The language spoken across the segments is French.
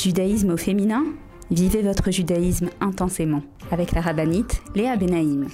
Judaïsme au féminin? Vivez votre judaïsme intensément avec la rabbinite Léa Benaïm.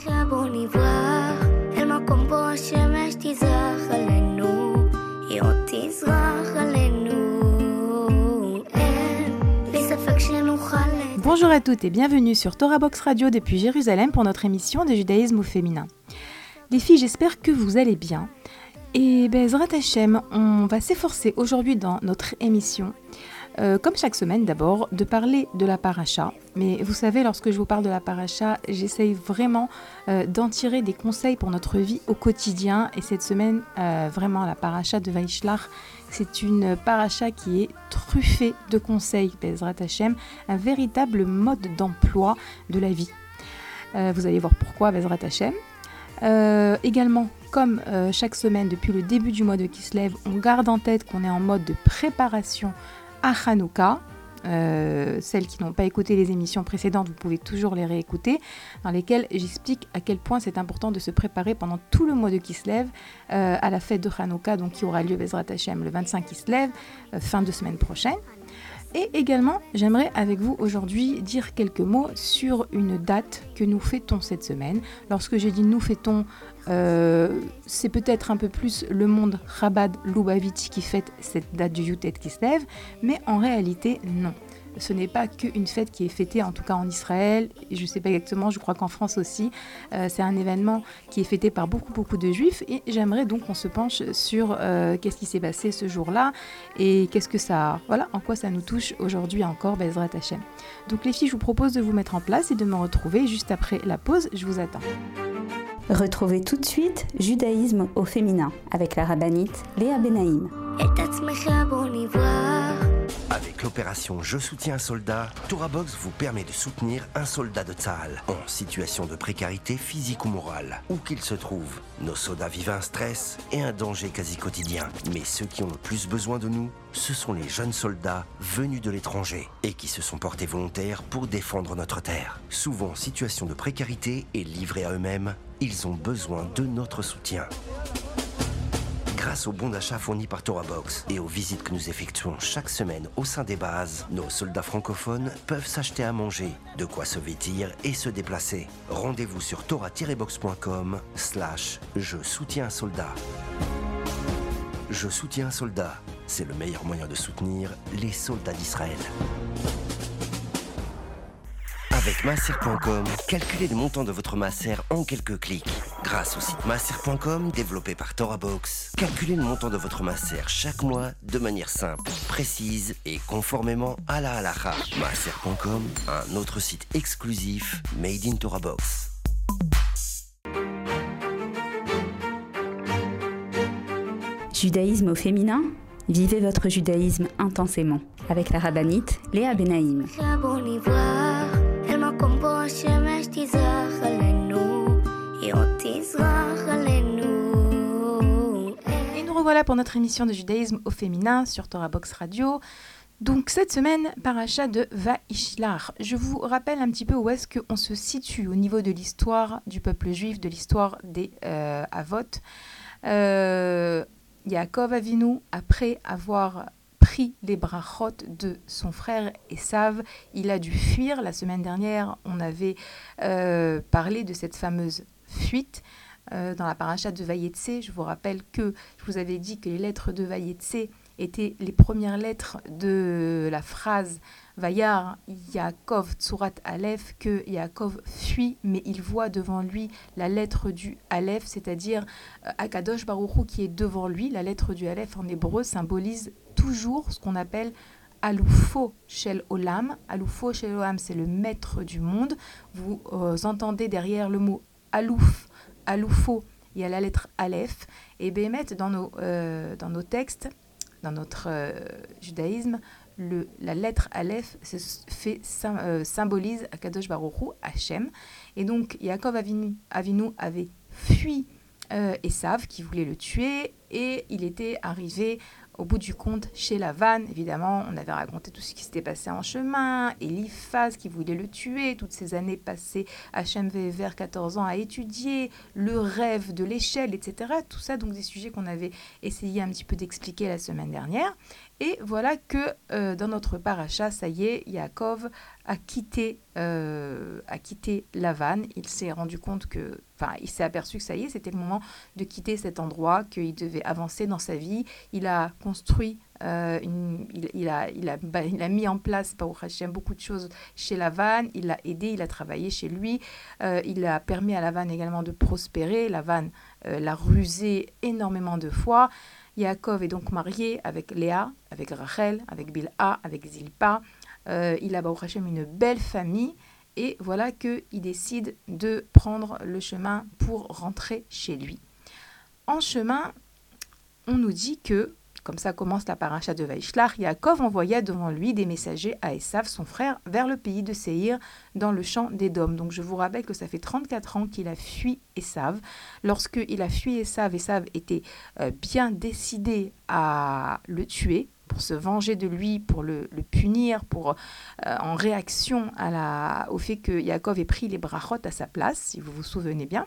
Bonjour à toutes et bienvenue sur Torah Box Radio depuis Jérusalem pour notre émission de judaïsme au féminin. Les filles, j'espère que vous allez bien. Et Bezrat Hashem, on va s'efforcer aujourd'hui dans notre émission, comme chaque semaine d'abord, de parler de la paracha. Mais vous savez, lorsque je vous parle de la paracha, j'essaye vraiment d'en tirer des conseils pour notre vie au quotidien. Et cette semaine, vraiment, la paracha de Vaishlach, c'est une paracha qui est truffée de conseils, Bezrat Hashem, un véritable mode d'emploi de la vie. Vous allez voir pourquoi, Bezrat Hashem. Également, comme chaque semaine depuis le début du mois de Kislev, on garde en tête qu'on est en mode de préparation à Hanouka. Celles qui n'ont pas écouté les émissions précédentes, vous pouvez toujours les réécouter, dans lesquelles j'explique à quel point c'est important de se préparer pendant tout le mois de Kislev à la fête de Hanouka, donc qui aura lieu Bezrat Hashem le 25 Kislev, fin de semaine prochaine. Et également, j'aimerais avec vous aujourd'hui dire quelques mots sur une date que nous fêtons cette semaine. Lorsque j'ai dit nous fêtons, c'est peut-être un peu plus le monde Chabad Lubavitch qui fête cette date du Yutet Kislev, mais en réalité non. Ce n'est pas qu'une fête qui est fêtée, en tout cas en Israël, et je ne sais pas exactement, je crois qu'en France aussi, c'est un événement qui est fêté par beaucoup de juifs, et j'aimerais donc qu'on se penche sur qu'est-ce qui s'est passé ce jour-là, et qu'est-ce que ça, voilà, en quoi ça nous touche aujourd'hui encore, Bezrat Hashem. Donc les filles, je vous propose de vous mettre en place et de me retrouver juste après la pause, je vous attends. Retrouvez tout de suite Judaïsme au féminin avec la rabbinite Léa Benaïm. Avec l'opération Je soutiens un soldat, Torah Box vous permet de soutenir un soldat de Tsahal en situation de précarité physique ou morale, où qu'il se trouve. Nos soldats vivent un stress et un danger quasi quotidien. Mais ceux qui ont le plus besoin de nous, ce sont les jeunes soldats venus de l'étranger et qui se sont portés volontaires pour défendre notre terre. Souvent en situation de précarité et livrés à eux-mêmes, ils ont besoin de notre soutien. Grâce aux bons d'achat fournis par Torah Box et aux visites que nous effectuons chaque semaine au sein des bases, nos soldats francophones peuvent s'acheter à manger, de quoi se vêtir et se déplacer. Rendez-vous sur torah-box.com/Je soutiens un soldat. Je soutiens un soldat, c'est le meilleur moyen de soutenir les soldats d'Israël. Avec Maaser.com, calculez le montant de votre Maaser en quelques clics. Grâce au site Maaser.com, développé par Torah Box, calculez le montant de votre Maaser chaque mois de manière simple, précise et conformément à la halakha. Maaser.com, un autre site exclusif made in Torah Box. Judaïsme au féminin? Vivez votre judaïsme intensément avec la rabbinite Léa Benaïm. Et nous revoilà pour notre émission de judaïsme au féminin sur Torah Box Radio. Donc cette semaine, paracha de Vaishlach. Je vous rappelle un petit peu où est-ce qu'on se situe au niveau de l'histoire du peuple juif, de l'histoire des Avot. Yaakov Avinu, après avoir pris les brachot de son frère Esav, il a dû fuir. La semaine dernière, on avait parlé de cette fameuse fuite dans la paracha de Vayetse. Je vous rappelle que je vous avais dit que les lettres de Vayetse étaient les premières lettres de la phrase Vayar Yaakov Tsurat Aleph, que Yaakov fuit, mais il voit devant lui la lettre du Aleph, c'est-à-dire Akadosh Baruch Hu qui est devant lui. La lettre du Aleph en hébreu symbolise toujours ce qu'on appelle Aloufo Shel Olam. Aloufo Shel Olam, c'est le maître du monde. Vous entendez derrière le mot Alouf, Aloufo, il y a la lettre Aleph. Et Bémet, dans nos textes, dans notre judaïsme, la lettre Aleph symbolise Akadosh Baruch Hu, Hachem. Et donc, Yaakov Avinu avait fui Esav, qui voulait le tuer. et il était arrivé au bout du compte chez Lavan. Évidemment, on avait raconté tout ce qui s'était passé en chemin, Eliphaz qui voulait le tuer, toutes ces années passées à Shem-Ve'ever, 14 ans à étudier, le rêve de l'échelle, etc. Tout ça, donc des sujets qu'on avait essayé un petit peu d'expliquer la semaine dernière. Et voilà que dans notre paracha, ça y est, Yaakov a quitté Lavan. Il s'est rendu compte il s'est aperçu que ça y est, c'était le moment de quitter cet endroit, qu'il devait avancer dans sa vie. Il a construit, il a mis en place, Baruch Hashem, beaucoup de choses chez Lavan. Il l'a aidé, il a travaillé chez lui. Il a permis à Lavan également de prospérer. Lavan l'a rusé énormément de fois. Yaakov est donc marié avec Léa, avec Rachel, avec Bilha, avec Zilpa. Il a, Baruch Hashem, une belle famille. Et voilà qu'il décide de prendre le chemin pour rentrer chez lui. En chemin, on nous dit que, comme ça commence la paracha de Vaishlach, Yaakov envoya devant lui des messagers à Esav, son frère, vers le pays de Séhir, dans le champ d'Édom. Donc je vous rappelle que ça fait 34 ans qu'il a fui Esav. Lorsqu'il a fui Esav, Esav était bien décidé à le tuer, pour se venger de lui, pour le punir, en réaction au fait que Yaakov ait pris les brachot à sa place, si vous vous souvenez bien.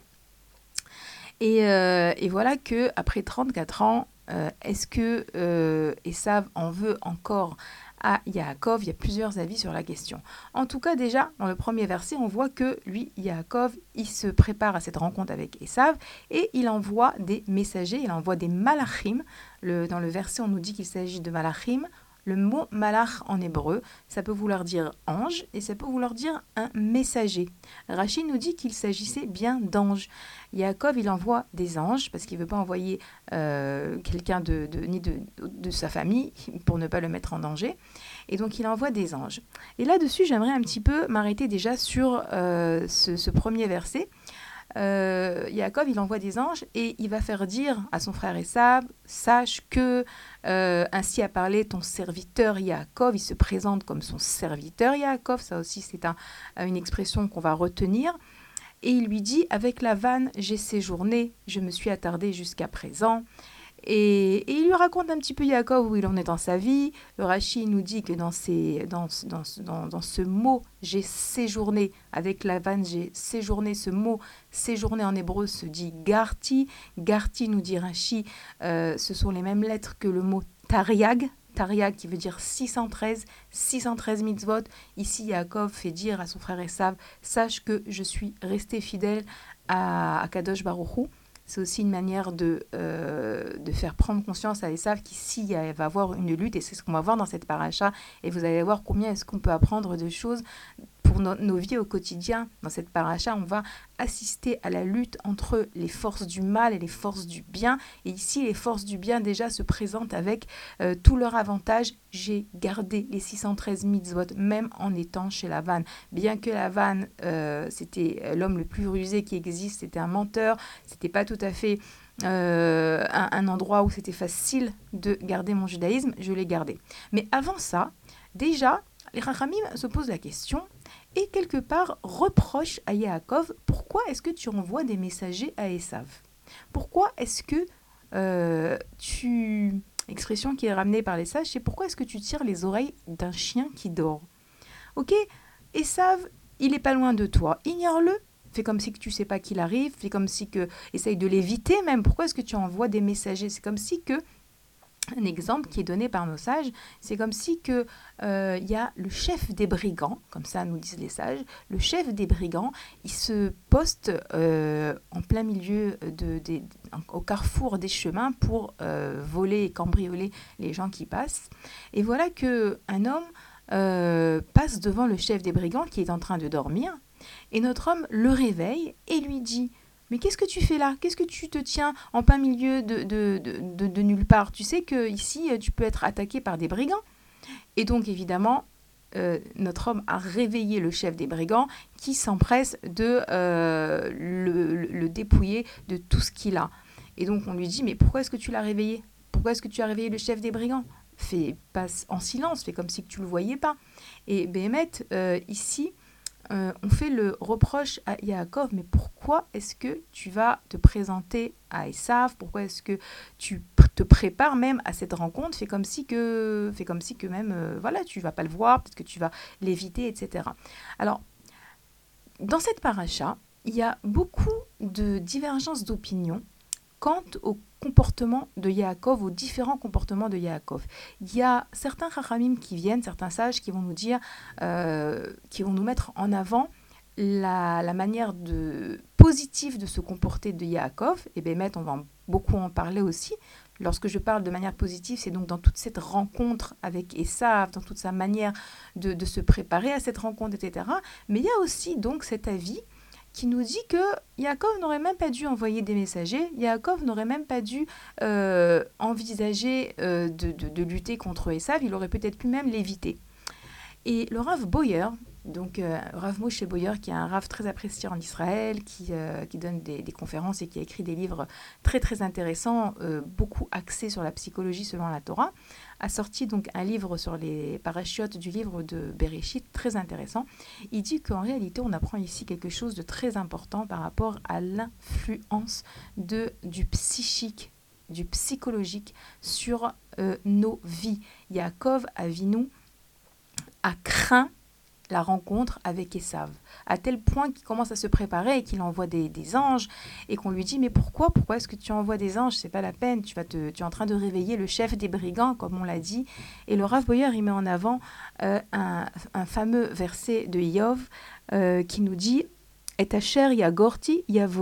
Et voilà qu'après 34 ans, est-ce que Esav en veut encore à Yaakov? Il y a plusieurs avis sur la question. En tout cas, déjà, dans le premier verset, on voit que lui, Yaakov, il se prépare à cette rencontre avec Esav et il envoie des messagers, il envoie des malachim. Dans le verset, on nous dit qu'il s'agit de malachim. Le mot malach en hébreu, ça peut vouloir dire ange et ça peut vouloir dire un messager. Rachid nous dit qu'il s'agissait bien d'anges. Yaakov, il envoie des anges parce qu'il ne veut pas envoyer quelqu'un de sa famille pour ne pas le mettre en danger. Et donc, il envoie des anges. Et là-dessus, j'aimerais un petit peu m'arrêter déjà sur ce premier verset. Yaakov, il envoie des anges et il va faire dire à son frère Esav, sache que ainsi a parlé ton serviteur Yaakov. Il se présente comme son serviteur Yaakov, ça aussi c'est une expression qu'on va retenir. Et il lui dit, avec Lavan, j'ai séjourné, je me suis attardé jusqu'à présent. Et il lui raconte un petit peu Yaakov où il en est dans sa vie. Le Rashi nous dit que dans ce mot « j'ai séjourné », avec Lavan, j'ai séjourné, ce mot « séjourné » en hébreu se dit « garti ». Garti, nous dit Rashi, ce sont les mêmes lettres que le mot « tariag ». Tariag qui veut dire 613 mitzvot. Ici, Yaakov fait dire à son frère Esav, sache que je suis resté fidèle à Kadosh Baruch Hu. C'est aussi une manière de faire prendre conscience à Esav qu'ici, il va y avoir une lutte, et c'est ce qu'on va voir dans cette paracha, et vous allez voir combien est-ce qu'on peut apprendre de choses pour nos vies au quotidien. Dans cette paracha, on va assister à la lutte entre les forces du mal et les forces du bien, et ici, les forces du bien déjà se présentent avec tout leur avantage. J'ai gardé les 613 mitzvot, même en étant chez Lavan. Bien que Lavan, c'était l'homme le plus rusé qui existe, c'était un menteur, c'était pas tout à fait un endroit où c'était facile de garder mon judaïsme, je l'ai gardé. Mais avant ça, déjà, les Chachamim se posent la question et quelque part reprochent à Yaakov, pourquoi est-ce que tu envoies des messagers à Esav? Pourquoi est-ce que expression qui est ramenée par les sages, c'est pourquoi est-ce que tu tires les oreilles d'un chien qui dort? Ok, Esav, il est pas loin de toi, ignore-le. Fais comme si que tu sais pas qu'il arrive, fais comme si que essaye de l'éviter même. Pourquoi est-ce que tu envoies des messagers? C'est comme si que un exemple qui est donné par nos sages, c'est comme si que y a le chef des brigands, comme ça nous disent les sages, le chef des brigands, il se poste en plein milieu au carrefour des chemins pour voler et cambrioler les gens qui passent. Et voilà que un homme passe devant le chef des brigands qui est en train de dormir. Et notre homme le réveille et lui dit « Mais qu'est-ce que tu fais là? Qu'est-ce que tu te tiens en plein milieu de nulle part? Tu sais qu'ici, tu peux être attaqué par des brigands. » Et donc, évidemment, notre homme a réveillé le chef des brigands qui s'empresse de le dépouiller de tout ce qu'il a. Et donc, on lui dit « Mais pourquoi est-ce que tu l'as réveillé? Pourquoi est-ce que tu as réveillé le chef des brigands? Passe en silence, fais comme si tu ne le voyais pas. » Et Béhémet, ici, on fait le reproche à Yaakov, mais pourquoi est-ce que tu vas te présenter à Esav? Pourquoi est-ce que tu te prépares même à cette rencontre? Fais comme si que même, voilà, tu vas pas le voir, peut-être que tu vas l'éviter, etc. Alors, dans cette paracha, il y a beaucoup de divergences d'opinion quant au comportement de Yaakov, aux différents comportements de Yaakov. Il y a certains chachamim qui viennent, certains sages qui vont nous dire, qui vont nous mettre en avant la manière positive de se comporter de Yaakov. Et bien, on va beaucoup en parler aussi. Lorsque je parle de manière positive, c'est donc dans toute cette rencontre avec Esav, dans toute sa manière de se préparer à cette rencontre, etc. Mais il y a aussi donc cet avis qui nous dit que Yaakov n'aurait même pas dû envoyer des messagers, Yaakov n'aurait même pas dû envisager de lutter contre Esav, il aurait peut-être pu même l'éviter. Et le Rav Boyer, donc Rav Moshe Boyer, qui est un Rav très apprécié en Israël, qui donne des conférences et qui a écrit des livres très très intéressants, beaucoup axés sur la psychologie selon la Torah, a sorti donc un livre sur les parachiotes du livre de Bereshit, très intéressant. Il dit qu'en réalité, on apprend ici quelque chose de très important par rapport à l'influence du psychique, du psychologique sur nos vies. Yaakov Avinu a craint la rencontre avec Esav, à tel point qu'il commence à se préparer et qu'il envoie des anges, et qu'on lui dit « Mais pourquoi est-ce que tu envoies des anges? C'est pas la peine, tu es en train de réveiller le chef des brigands, comme on l'a dit. » Et le Rav Boyer, il met en avant un fameux verset de Iov qui nous dit « Et asher yagorti yavoli »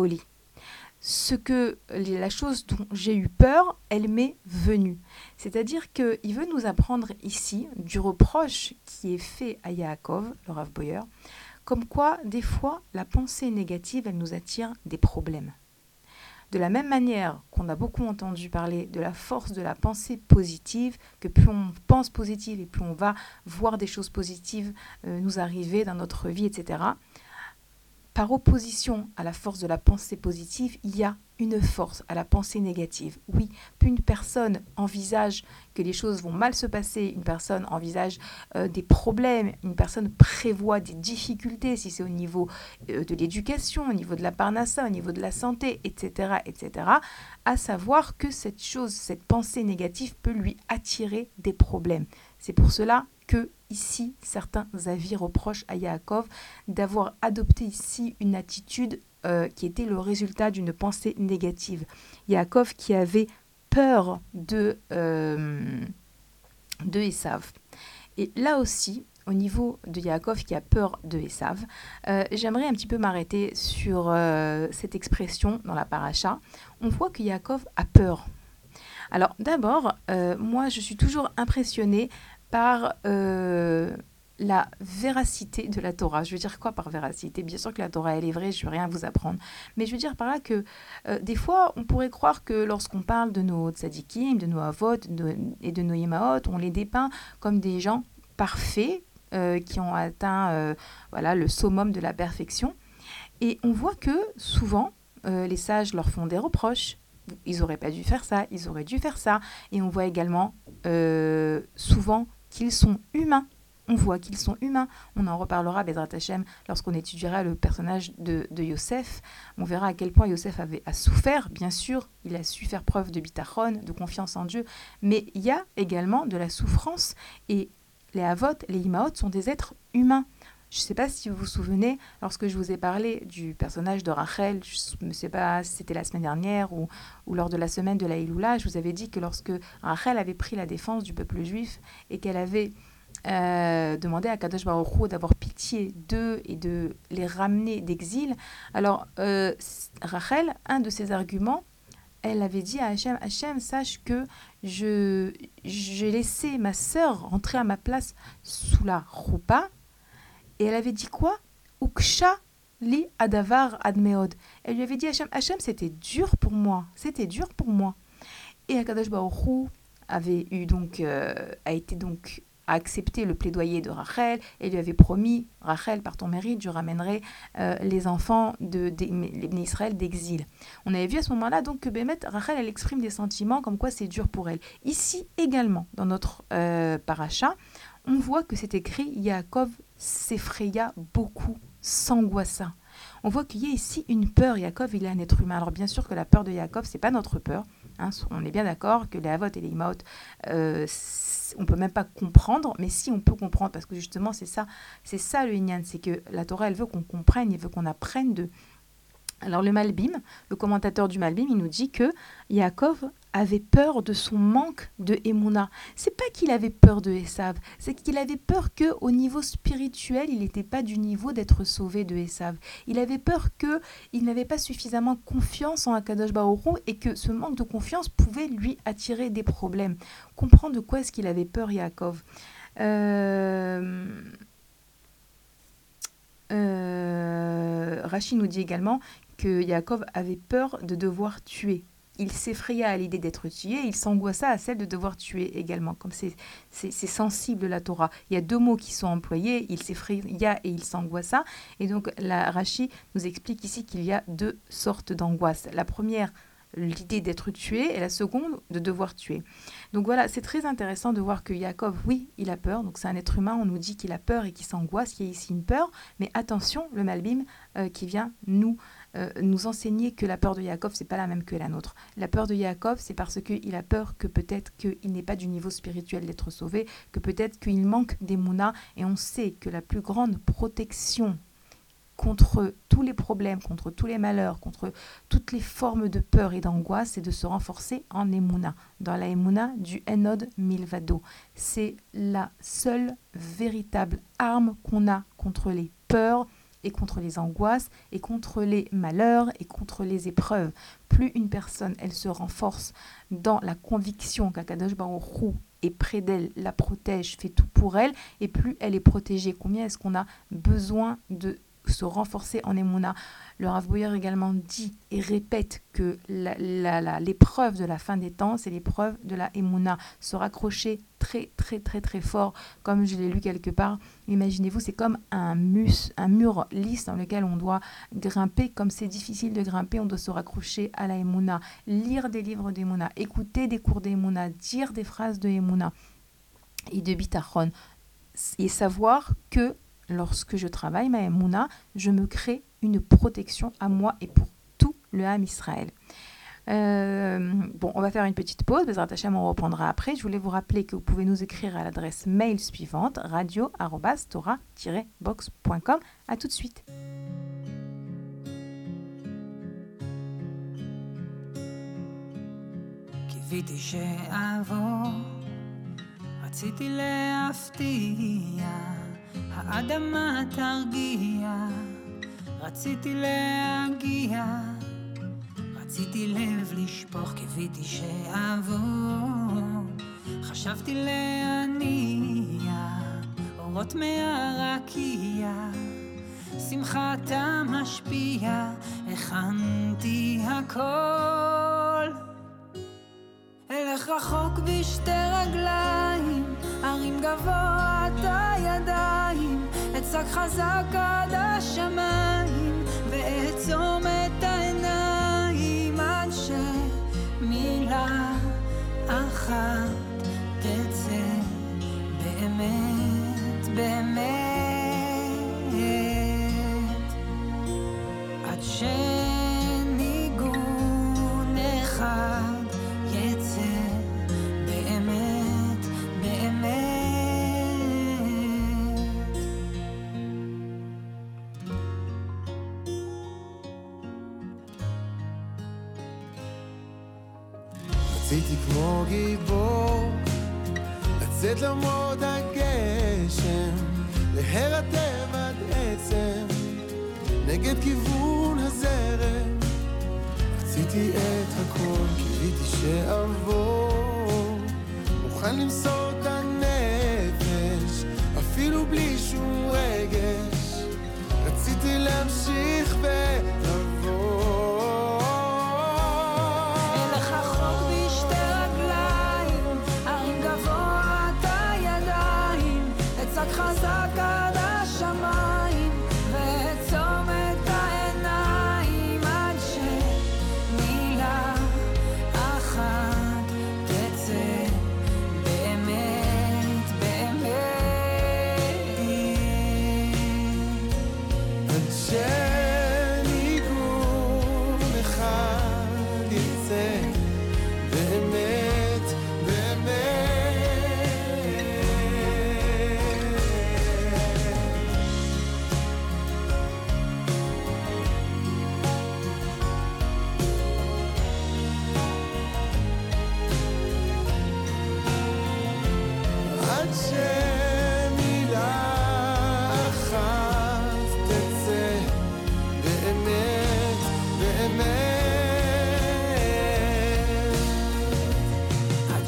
la chose dont j'ai eu peur, elle m'est venue. C'est-à-dire qu'il veut nous apprendre ici du reproche qui est fait à Yaakov, le Rav Boyer, comme quoi, des fois, la pensée négative, elle nous attire des problèmes. De la même manière qu'on a beaucoup entendu parler de la force de la pensée positive, que plus on pense positive et plus on va voir des choses positives nous arriver dans notre vie, etc., par opposition à la force de la pensée positive, il y a une force à la pensée négative. Oui, plus une personne envisage que les choses vont mal se passer, une personne envisage des problèmes, une personne prévoit des difficultés, si c'est au niveau de l'éducation, au niveau de la parnassa, au niveau de la santé, etc., à savoir que cette pensée négative peut lui attirer des problèmes. C'est pour cela que ici, certains avis reprochent à Yaakov d'avoir adopté ici une attitude qui était le résultat d'une pensée négative. Yaakov qui avait peur de Esav. Et là aussi, au niveau de Yaakov qui a peur de Esav, j'aimerais un petit peu m'arrêter sur cette expression dans la paracha. On voit que Yaakov a peur. Alors d'abord, moi je suis toujours impressionnée par la véracité de la Torah. Je veux dire quoi par véracité? Bien sûr que la Torah, elle est vraie, je ne vais rien vous apprendre. Mais je veux dire par là que des fois, on pourrait croire que lorsqu'on parle de nos tzadikim, de nos avot et de nos imaot, on les dépeint comme des gens parfaits qui ont atteint le summum de la perfection. Et on voit que souvent, les sages leur font des reproches. Ils n'auraient pas dû faire ça, ils auraient dû faire ça. Et on voit également souvent qu'ils sont humains. On voit qu'ils sont humains. On en reparlera, Bezrat Hashem, lorsqu'on étudiera le personnage de Yosef. On verra à quel point Yosef a souffert. Bien sûr, il a su faire preuve de bitachon, de confiance en Dieu. Mais il y a également de la souffrance. Et les avot, les imaot sont des êtres humains. Je ne sais pas si vous vous souvenez, lorsque je vous ai parlé du personnage de Rachel, je ne sais pas si c'était la semaine dernière ou lors de la semaine de la Iloula, je vous avais dit que lorsque Rachel avait pris la défense du peuple juif et qu'elle avait demandé à Kadosh Baruch Hu d'avoir pitié d'eux et de les ramener d'exil, alors Rachel, un de ses arguments, elle avait dit à Hachem, Hachem, sache que j'ai laissé ma sœur rentrer à ma place sous la roupa. Et elle avait dit quoi? Uksha li adavar admeod. Elle lui avait dit Hachem, c'était dur pour moi. C'était dur pour moi. Et Akadosh Baruch Hu a accepté le plaidoyer de Rachel et lui avait promis, Rachel, par ton mérite, je ramènerai les enfants d'Israël d'exil. On avait vu à ce moment-là donc que Rachel, elle exprime des sentiments comme quoi c'est dur pour elle. Ici également, dans notre paracha, on voit que c'est écrit Yaakov s'effraya beaucoup s'angoissa. On voit qu'il y a ici une peur. Yaakov, il est un être humain. Alors bien sûr que la peur de Yaakov, c'est pas notre peur. On est bien d'accord que les Havot et les Imaot, on peut même pas comprendre, mais si on peut comprendre, parce que justement c'est ça le Inyan, c'est que la Torah, elle veut qu'on comprenne, elle veut qu'on apprenne de. Alors le Malbim, le commentateur du Malbim, il nous dit que Yaakov avait peur de son manque de Emouna. C'est pas qu'il avait peur de Esav, c'est qu'il avait peur que au niveau spirituel, il n'était pas du niveau d'être sauvé de Esav. Il avait peur qu'il n'avait pas suffisamment confiance en Akadosh Baruch Hu et que ce manque de confiance pouvait lui attirer des problèmes. Comprends de quoi est-ce qu'il avait peur, Yaakov. Rashi nous dit également que Yaakov avait peur de devoir tuer. Il s'effraya à l'idée d'être tué, il s'angoissa à celle de devoir tuer également. Comme c'est sensible la Torah. Il y a deux mots qui sont employés, il s'effraya et il s'angoissa. Et donc la Rashi nous explique ici qu'il y a deux sortes d'angoisse. La première, l'idée d'être tué, et la seconde, de devoir tuer. Donc voilà, c'est très intéressant de voir que Yaakov, oui, il a peur. Donc c'est un être humain, on nous dit qu'il a peur et qu'il s'angoisse, qu'il y a ici une peur. Mais attention, le Malbim qui vient nous enseigner que la peur de Yaakov, c'est pas la même que la nôtre. La peur de Yaakov, c'est parce qu'il a peur que peut-être qu'il n'est pas du niveau spirituel d'être sauvé, que peut-être qu'il manque d'Emouna, et on sait que la plus grande protection contre tous les problèmes, contre tous les malheurs, contre toutes les formes de peur et d'angoisse, c'est de se renforcer en Emouna, dans la Emouna du Enod Milvado. C'est la seule véritable arme qu'on a contre les peurs, et contre les angoisses, et contre les malheurs, et contre les épreuves. Plus une personne, elle se renforce dans la conviction qu'Akadosh Baruch Hu est près d'elle, la protège, fait tout pour elle, et plus elle est protégée. Combien est-ce qu'on a besoin de se renforcer en Emouna? Le Rav Boyer également dit et répète que l'épreuve de la fin des temps, c'est l'épreuve de la Emouna. Se raccrocher très très très très fort, comme je l'ai lu quelque part. Imaginez-vous, c'est comme un mur lisse dans lequel on doit grimper. Comme c'est difficile de grimper, on doit se raccrocher à la Emouna, lire des livres d'Emouna, écouter des cours d'Emouna, dire des phrases de Emouna et de Bitachon, et savoir que lorsque je travaille ma Emouna, je me crée une protection à moi et pour tout le Ham Israël. Bon, on va faire une petite pause, Bezrat Hashem, on reprendra après. Je voulais vous rappeler que vous pouvez nous écrire à l'adresse mail suivante, radio@torah-box.com. À tout de suite. קיוויתי שאעבור, רציתי להפתיע, האדמה תרגיע, רציתי להגיע, רציתי לב לשפוך, קיוויתי שאעבור, חשבתי להניע, אורות מהרקיע, שמחתה משפיע, הכנתי הכל, אלך רחוק בשתי רגליים, הרים גבוה את הידיים, אצעק חזק עד השמיים, ואעצום את העיניים, עד שמילה אחת תצא באמת, באמת, עד שניגון אחד יצא באמת, באמת. רציתי כמו גיבור לצאת למרות הגשם, להירטב עד עצם נגד כיוון הזרם, רציתי את הכל, קיוויתי שאעבור, מוכן למסור את הנפש אפילו בלי שום רגש, רציתי להמשיך ולבוא, אלך רחוק בשתי רגליים, הרים גבוה את הידיים, אצעק חזק עד השמיים, ואעצום את העיניים, עד שמילה אחת תצא באמת, באמת. עד שמילה אחת תצא באמת, באמת. עד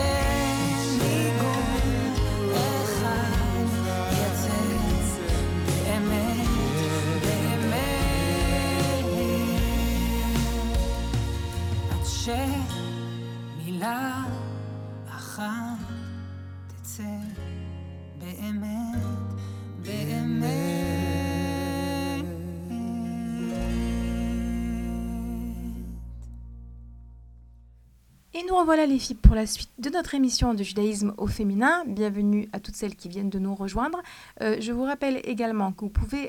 שניגון אחד יצא באמת, באמת. עד שמילה אחת תצא באמת, באמת. Et nous revoilà les filles pour la suite de notre émission de judaïsme au féminin. Bienvenue à toutes celles qui viennent de nous rejoindre. Je vous rappelle également que vous pouvez,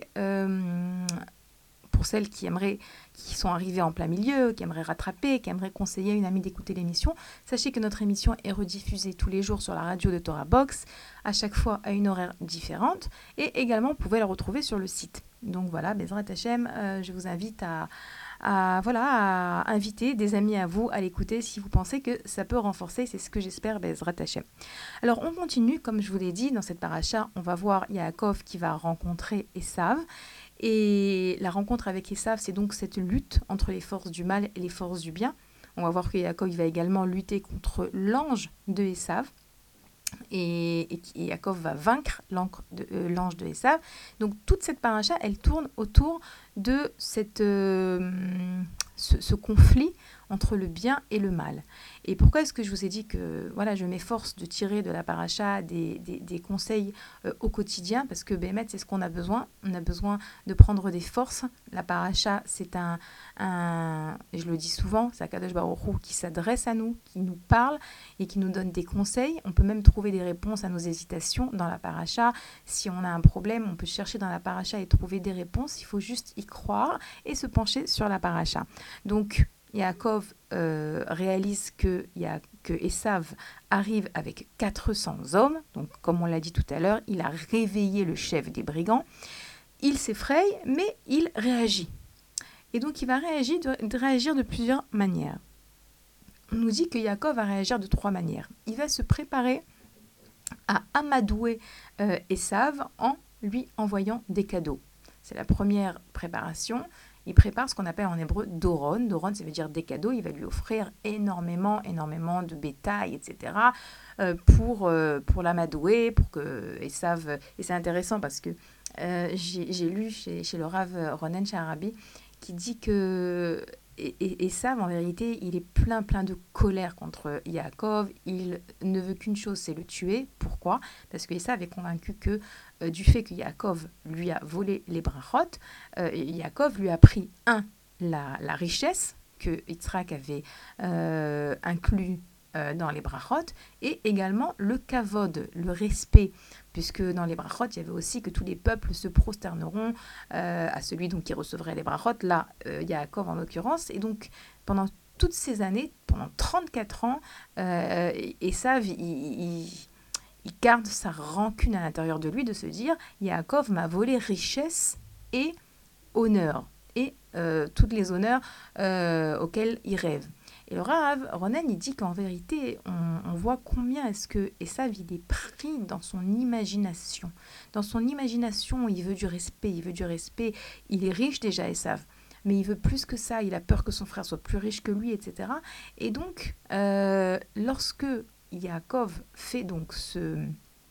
pour celles qui sont arrivées en plein milieu, qui aimeraient rattraper, qui aimeraient conseiller à une amie d'écouter l'émission, sachez que notre émission est rediffusée tous les jours sur la radio de Torah Box, à chaque fois à une horaire différente, et également vous pouvez la retrouver sur le site. Donc voilà, Bezrat Hashem, je vous invite à inviter des amis à vous à l'écouter si vous pensez que ça peut renforcer, c'est ce que j'espère, Bezrat Hashem. Alors on continue, comme je vous l'ai dit, dans cette paracha, on va voir Yaakov qui va rencontrer Esav, et la rencontre avec Esav, c'est donc cette lutte entre les forces du mal et les forces du bien. On va voir que Yaakov il va également lutter contre l'ange de Esav, et Yaakov va vaincre l'ange de Esav. Donc toute cette paracha, elle tourne autour de ce conflit entre le bien et le mal. Et pourquoi est-ce que je vous ai dit que voilà, je m'efforce de tirer de la paracha des conseils au quotidien, parce que Bémet, c'est ce qu'on a besoin. On a besoin de prendre des forces. La paracha, c'est et je le dis souvent, c'est Akadosh Baruch Hu qui s'adresse à nous, qui nous parle et qui nous donne des conseils. On peut même trouver des réponses à nos hésitations dans la paracha. Si on a un problème, on peut chercher dans la paracha et trouver des réponses. Il faut juste y croire et se pencher sur la paracha. Donc, Yaakov réalise que Esav arrive avec 400 hommes. Donc, comme on l'a dit tout à l'heure, il a réveillé le chef des brigands. Il s'effraie, mais il réagit. Et donc, il va réagir de plusieurs manières. On nous dit que Yaakov va réagir de 3 manières. Il va se préparer à amadouer Esav en lui envoyant des cadeaux. C'est la première préparation. Il prépare ce qu'on appelle en hébreu doron. Doron, ça veut dire des cadeaux. Il va lui offrir énormément de bétail, etc. pour l'amadouer, pour que Esav... Et c'est intéressant parce que j'ai lu chez le Rav Ronen Sharabi qui dit que Esav, en vérité, il est plein de colère contre Yaakov. Il ne veut qu'une chose, c'est le tuer. Pourquoi ? Parce que Esav est convaincu que du fait que Yaakov lui a volé les brachot, Yaakov lui a pris la richesse que Yitzhak avait inclus dans les brachot, et également le kavod, le respect, puisque dans les brachot, il y avait aussi que tous les peuples se prosterneront à celui donc qui recevrait les brachot, là, Yaakov en l'occurrence, et donc pendant toutes ces années, pendant 34 ans, Esav, il garde sa rancune à l'intérieur de lui, de se dire, Yaakov m'a volé richesse et honneur, et tous les honneurs auxquels il rêve. Et le Rav Ronen, il dit qu'en vérité, on voit combien est-ce que Esav, il est pris dans son imagination. Dans son imagination, il veut du respect, il est riche déjà, Esav, mais il veut plus que ça, il a peur que son frère soit plus riche que lui, etc. Et donc, lorsque Yaakov fait donc ce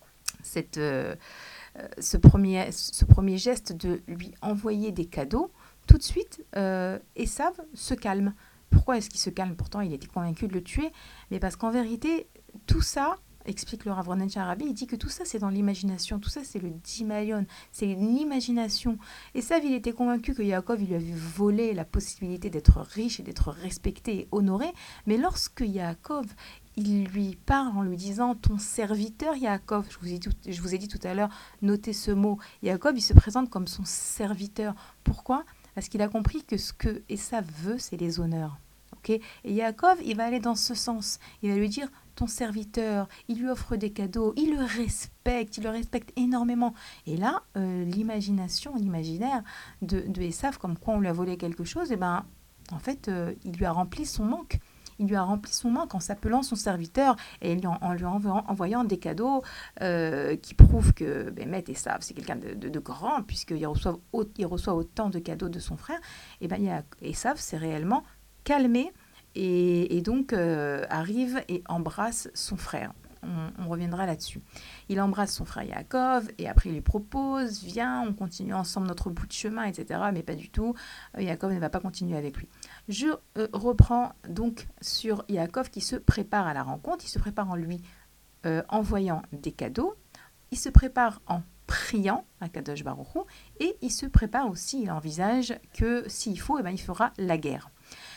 premier geste de lui envoyer des cadeaux, tout de suite, Esav se calme. Pourquoi est-ce qu'il se calme ? Pourtant, il était convaincu de le tuer. Mais parce qu'en vérité, tout ça, explique le Rav Ronen Sharabi, il dit que tout ça, c'est dans l'imagination. Tout ça, c'est le Dimayon. C'est l'imagination. Esav, il était convaincu que Yaakov, il lui avait volé la possibilité d'être riche et d'être respecté et honoré. Mais lorsque Yaakov, il lui parle en lui disant « ton serviteur Yaakov », je vous ai dit tout à l'heure, notez ce mot. Yaakov, il se présente comme son serviteur. Pourquoi ? Parce qu'il a compris que ce que Esav veut, c'est les honneurs. Okay ? Et Yaakov, il va aller dans ce sens. Il va lui dire, ton serviteur, il lui offre des cadeaux, il le respecte énormément. Et là, l'imaginaire de Esav, comme quoi on lui a volé quelque chose, en fait, il lui a rempli son manque. il lui a rempli son manque en s'appelant son serviteur et en lui envoyant des cadeaux qui prouvent que Bémet et Esav, c'est quelqu'un de grand, puisqu'il reçoit autant de cadeaux de son frère. Et Esav s'est réellement calmé et donc arrive et embrasse son frère. On reviendra là-dessus. Il embrasse son frère Yaakov et après il lui propose, viens, on continue ensemble notre bout de chemin, etc. Mais pas du tout, Yaakov ne va pas continuer avec lui. Je reprends donc sur Yaakov qui se prépare à la rencontre, il se prépare en lui envoyant des cadeaux, il se prépare en priant à Kadosh Baruch Hu et il se prépare aussi, il envisage que s'il faut, il fera la guerre.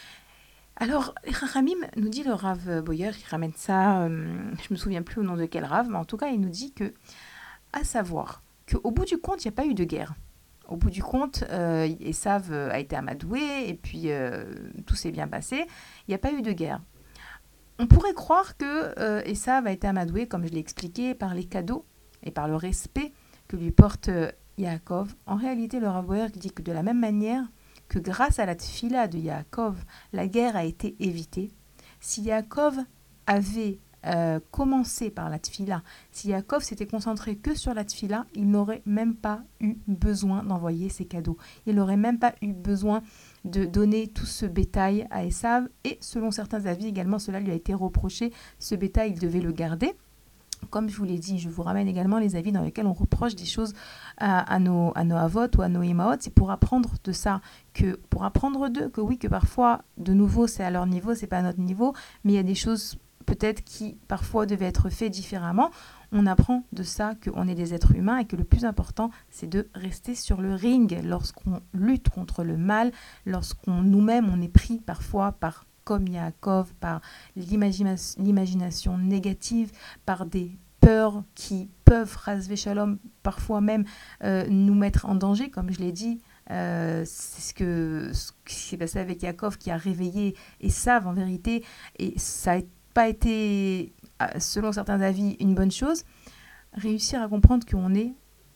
Alors, Chachamim nous dit, le Rav Boyer, il ramène ça, je ne me souviens plus au nom de quel Rav, mais en tout cas, il nous dit que, à savoir, qu'au bout du compte, il n'y a pas eu de guerre. Au bout du compte, Esav a été amadoué, et puis tout s'est bien passé, il n'y a pas eu de guerre. On pourrait croire que Esav a été amadoué, comme je l'ai expliqué, par les cadeaux et par le respect que lui porte Yaakov. En réalité, le Rav Boyer dit que de la même manière, que grâce à la tfila de Yaakov, la guerre a été évitée. Si Yaakov avait commencé par la tfila, si Yaakov s'était concentré que sur la tfila, il n'aurait même pas eu besoin d'envoyer ses cadeaux. Il n'aurait même pas eu besoin de donner tout ce bétail à Esav. Et selon certains avis également, cela lui a été reproché. Ce bétail, il devait le garder. Comme je vous l'ai dit, je vous ramène également les avis dans lesquels on reproche des choses à nos avot ou à nos imaot. C'est pour apprendre de ça, pour apprendre d'eux, que oui, que parfois, de nouveau, c'est à leur niveau, c'est pas à notre niveau, mais il y a des choses peut-être qui, parfois, devaient être faites différemment. On apprend de ça qu'on est des êtres humains et que le plus important, c'est de rester sur le ring lorsqu'on lutte contre le mal, lorsqu'on nous-mêmes, on est pris parfois par comme Yaakov, par l'imagination négative, par des peurs qui peuvent, rasvé shalom, parfois même nous mettre en danger, comme je l'ai dit. C'est ce qui s'est passé avec Yaakov qui a réveillé Esav en vérité, et ça n'a pas été, selon certains avis, une bonne chose. Réussir à comprendre qu'on est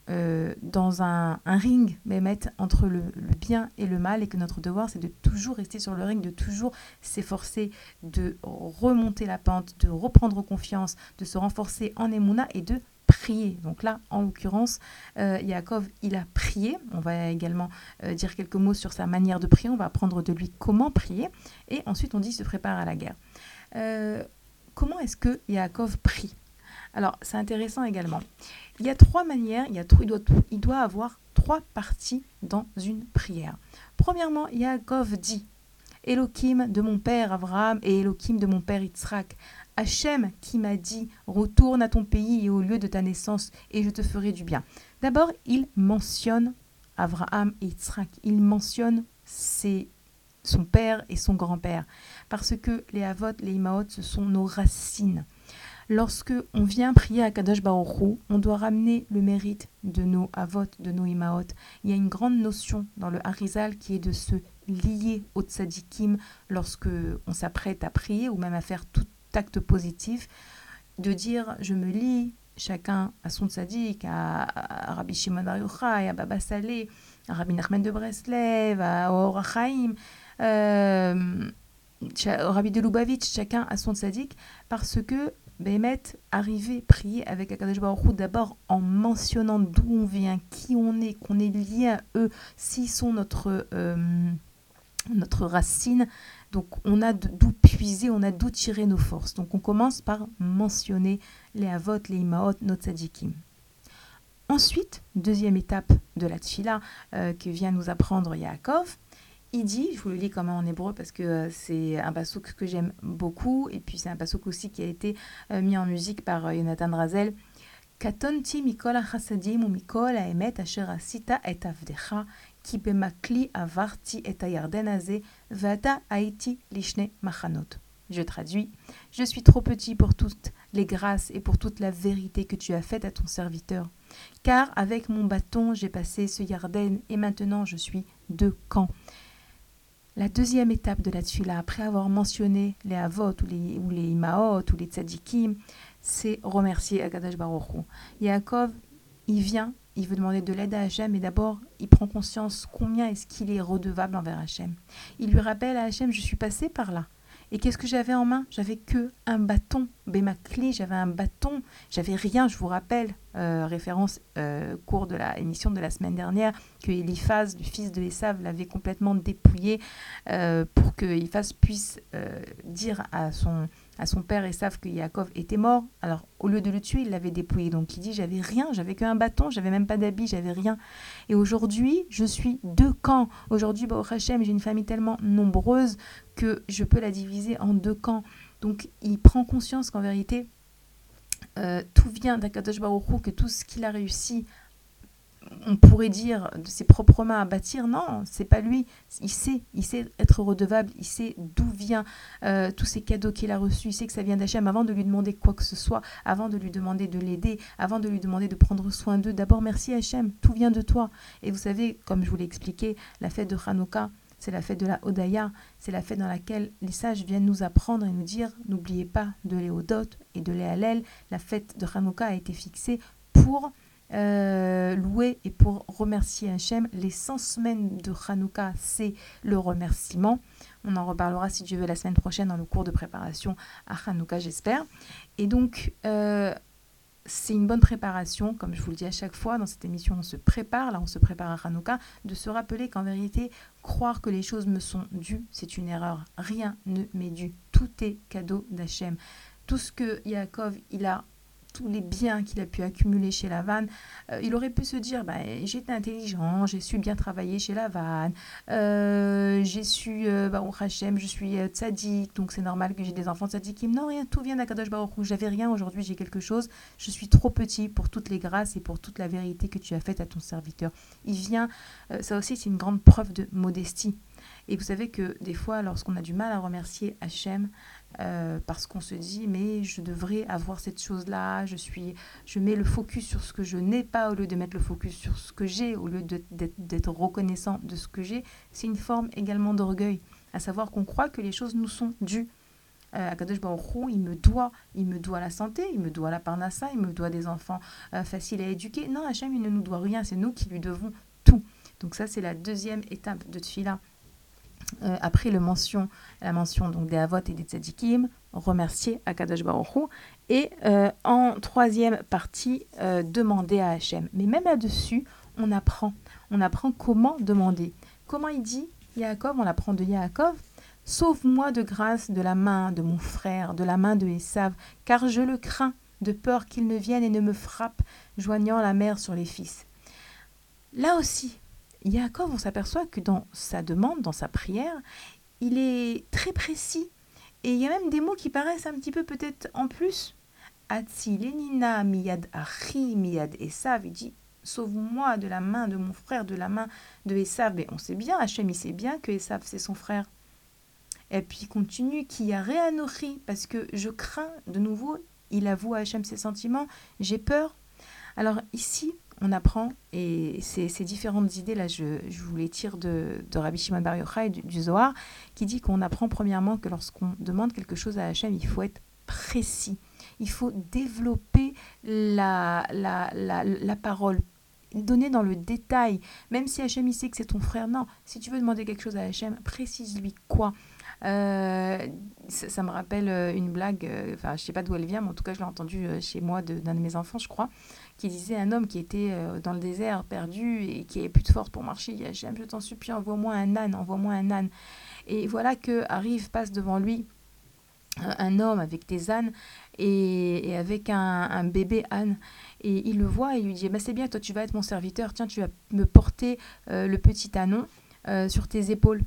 dans un ring, entre le bien et le mal, et que notre devoir c'est de toujours rester sur le ring, de toujours s'efforcer de remonter la pente, de reprendre confiance, de se renforcer en émouna et de prier. Donc là, en l'occurrence, Yaakov, il a prié. On va également dire quelques mots sur sa manière de prier, on va apprendre de lui comment prier, et ensuite on dit se prépare à la guerre. Comment est-ce que Yaakov prie ? Alors, c'est intéressant également. Il y a trois manières, il doit avoir trois parties dans une prière. Premièrement, Yaakov dit « Elohim de mon père Abraham et Elohim de mon père Yitzhak, Hachem qui m'a dit « Retourne à ton pays et au lieu de ta naissance et je te ferai du bien ». D'abord, il mentionne Abraham et Yitzhak. Il mentionne son père et son grand-père. Parce que les Avot, les Imaot, ce sont nos racines. Lorsque on vient prier à Kadosh Baruch Hu, on doit ramener le mérite de nos avot, de nos imaot. Il y a une grande notion dans le Harizal qui est de se lier au tzadikim lorsque on s'apprête à prier ou même à faire tout acte positif, de dire je me lie, chacun à son tzadik, à Rabbi Shimon Bar Yochai, à Baba Saleh, à Rabbi Nachman de Breslev, à Or HaChaim, Rabbi de Lubavitch, chacun à son tzadik, parce que Bémet, arriver, prier avec Akadosh Baruch Hu, d'abord en mentionnant d'où on vient, qui on est, qu'on est lié à eux, s'ils sont notre racine, donc on a d'où puiser, on a d'où tirer nos forces. Donc on commence par mentionner les avot, les imaot, nos tzadikim. Ensuite, deuxième étape de la tfila que vient nous apprendre Yaakov, il dit, je vous le lis quand même en hébreu parce que c'est un passouk que j'aime beaucoup, et puis c'est un passouk aussi qui a été mis en musique par Yonatan Razel. Katonti mikol hachasadim ou mikol haemet asher asita et avdecha ki bemakli avarti et ayarden haze vata haiti lishne machanot. Je traduis, je suis trop petit pour toutes les grâces et pour toute la vérité que tu as faite à ton serviteur. Car avec mon bâton j'ai passé ce Yarden et maintenant je suis de camp. La deuxième étape de la tfila, après avoir mentionné les avot ou les imaot ou les tzadikim, c'est remercier Akadosh Baruch Hu. Yaakov, il veut demander de l'aide à Hachem, et d'abord, il prend conscience combien est-ce qu'il est redevable envers Hachem. Il lui rappelle à Hachem, je suis passé par là. Et qu'est-ce que j'avais en main? J'avais que un bâton. Ma clé, j'avais un bâton. J'avais rien, je vous rappelle, référence cours de la émission de la semaine dernière, que Eliphaz, le fils de Esav, l'avait complètement dépouillé pour que Eliphaz puisse dire à son père Esav que Yaakov était mort. Alors, au lieu de le tuer, il l'avait dépouillé. Donc, il dit, j'avais rien, j'avais qu'un bâton, j'avais même pas d'habit, j'avais rien. Et aujourd'hui, je suis deux camps. Aujourd'hui, Baruch Hashem, j'ai une famille tellement nombreuse que je peux la diviser en deux camps. Donc, il prend conscience qu'en vérité, tout vient d'Akadosh Baruch Hu, que tout ce qu'il a réussi, on pourrait dire de ses propres mains à bâtir, non, c'est pas lui. Il sait être redevable, il sait d'où vient tous ces cadeaux qu'il a reçus, il sait que ça vient d'Hachem avant de lui demander quoi que ce soit, avant de lui demander de l'aider, avant de lui demander de prendre soin d'eux. D'abord, merci Hachem, tout vient de toi. Et vous savez, comme je vous l'ai expliqué, la fête de Hanouka, c'est la fête de la Hodaya, c'est la fête dans laquelle les sages viennent nous apprendre et nous dire n'oubliez pas de l'Ehodot et de l'Ehalel. La fête de Hanouka a été fixée pour louer et pour remercier Hachem. Les 100 semaines de Hanouka, c'est le remerciement. On en reparlera si Dieu veut la semaine prochaine dans le cours de préparation à Hanouka, j'espère. Et donc, c'est une bonne préparation, comme je vous le dis à chaque fois, dans cette émission on se prépare à Hanouka, de se rappeler qu'en vérité, croire que les choses me sont dues, c'est une erreur. Rien ne m'est dû. Tout est cadeau d'Hachem. Tout ce que Yaakov, il a, tous les biens qu'il a pu accumuler chez Lavan, il aurait pu se dire, j'étais intelligent, j'ai su bien travailler chez Lavan, j'ai su, Baruch Hashem, je suis tzaddik, donc c'est normal que j'ai des enfants tzaddikim. Non, rien, tout vient d'Akadosh Baruch Hu. J'avais rien, aujourd'hui j'ai quelque chose, je suis trop petit pour toutes les grâces et pour toute la vérité que tu as faite à ton serviteur. Il vient, ça aussi c'est une grande preuve de modestie. Et vous savez que des fois, lorsqu'on a du mal à remercier Hachem, parce qu'on se dit mais je devrais avoir cette chose-là, je mets le focus sur ce que je n'ai pas au lieu de mettre le focus sur ce que j'ai, au lieu d'être reconnaissant de ce que j'ai, c'est une forme également d'orgueil, à savoir qu'on croit que les choses nous sont dues. Akadosh Baruch Hu, il me doit la santé, il me doit la parnassa, il me doit des enfants faciles à éduquer. Non, Hachem, il ne nous doit rien, c'est nous qui lui devons tout. Donc ça, c'est la deuxième étape de Tfila. Après la mention donc des Avot et des Tzadikim, remercier Akadosh Baruch Hu, et en troisième partie, demander à Hachem. Mais même là-dessus, on apprend comment demander. Comment il dit Yaakov, on apprend de Yaakov, sauve-moi de grâce de la main de mon frère, de la main de Esav, car je le crains, de peur qu'il ne vienne et ne me frappe, joignant la mère sur les fils. Là aussi, Yaakov, on s'aperçoit que dans sa demande, dans sa prière, il est très précis. Et il y a même des mots qui paraissent un petit peu peut-être en plus. Atzilenina miyad achi miyad Esav, il dit sauve-moi de la main de mon frère, de la main de Esav. Mais on sait bien, Hachem, il sait bien que Esav c'est son frère. Et puis il continue, qui a réanochi, parce que je crains, de nouveau, il avoue à Hachem ses sentiments, j'ai peur. Alors ici, on apprend, et ces différentes idées, là, je vous les tire de Rabbi Shimon Bar Yochai, du Zohar, qui dit qu'on apprend premièrement que lorsqu'on demande quelque chose à Hachem, il faut être précis. Il faut développer la parole, donner dans le détail. Même si Hachem, il sait que c'est ton frère, non. Si tu veux demander quelque chose à Hachem, précise-lui quoi. Ça me rappelle une blague, je ne sais pas d'où elle vient, mais en tout cas je l'ai entendue chez moi d'un de mes enfants, je crois, qui disait un homme qui était dans le désert, perdu, et qui n'avait plus de force pour marcher. Il dit Hachem, je t'en supplie, envoie-moi un âne. Et voilà passe devant lui un homme avec des ânes et avec un bébé âne. Et il le voit et il lui dit c'est bien, toi tu vas être mon serviteur, tiens, tu vas me porter le petit ânon sur tes épaules.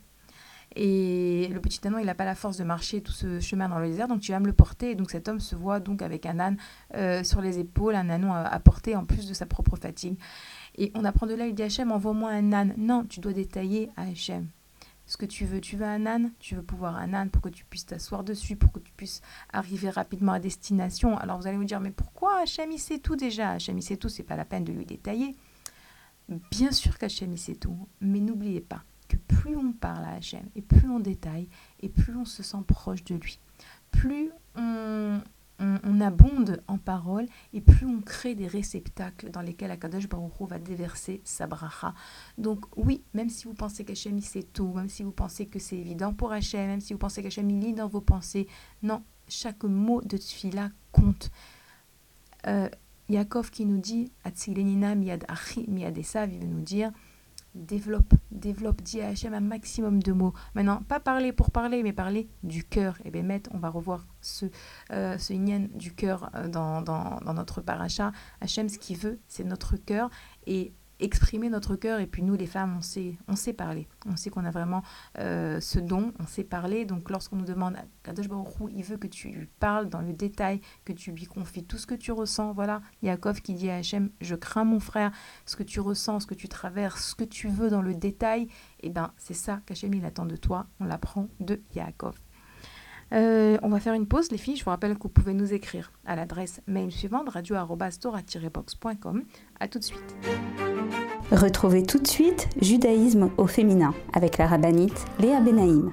Et le petit ânon, il n'a pas la force de marcher tout ce chemin dans le désert, donc tu vas me le porter. Et donc cet homme se voit donc avec un âne sur les épaules, un ânon à porter en plus de sa propre fatigue. Et on apprend de là, il dit Hachem, envoie-moi un âne. Non, tu dois détailler à Hachem ce que tu veux. Tu veux un âne, tu veux pouvoir un âne pour que tu puisses t'asseoir dessus, pour que tu puisses arriver rapidement à destination. Alors vous allez vous dire, mais pourquoi Hachem, il sait tout déjà? Hachem, il sait tout, c'est pas la peine de lui détailler. Bien sûr qu'Hachem, il sait tout, mais n'oubliez pas que plus on parle à Hachem, et plus on détaille, et plus on se sent proche de lui. Plus on on abonde en parole et plus on crée des réceptacles dans lesquels Akadosh Baruch Hu va déverser sa bracha. Donc oui, même si vous pensez qu'Hachem il sait tout, même si vous pensez que c'est évident pour Hachem, même si vous pensez qu'Hachem il lit dans vos pensées, non, chaque mot de tfila compte. Yaakov qui nous dit Atzilenina miyad achi miyad Esav, il veut nous dire développe, dis à Hachem un maximum de mots. Maintenant, pas parler pour parler, mais parler du cœur. Et bien, on va revoir ce inyan du cœur dans notre paracha. Hachem, ce qu'il veut, c'est notre cœur et exprimer notre cœur. Et puis nous, les femmes, on sait parler. On sait qu'on a vraiment ce don, on sait parler. Donc, lorsqu'on nous demande, Kadosh Baruch Hu, il veut que tu lui parles dans le détail, que tu lui confies tout ce que tu ressens. Voilà, Yaakov qui dit à Hachem, je crains mon frère, ce que tu ressens, ce que tu traverses, ce que tu veux dans le détail. Et bien, c'est ça qu'Hachem, il attend de toi. On l'apprend de Yaakov. On va faire une pause, les filles. Je vous rappelle que vous pouvez nous écrire à l'adresse mail suivante, radio@torah-box.com. À tout de suite. Retrouvez tout de suite Judaïsme au féminin avec la rabbinite Léa Benaïm.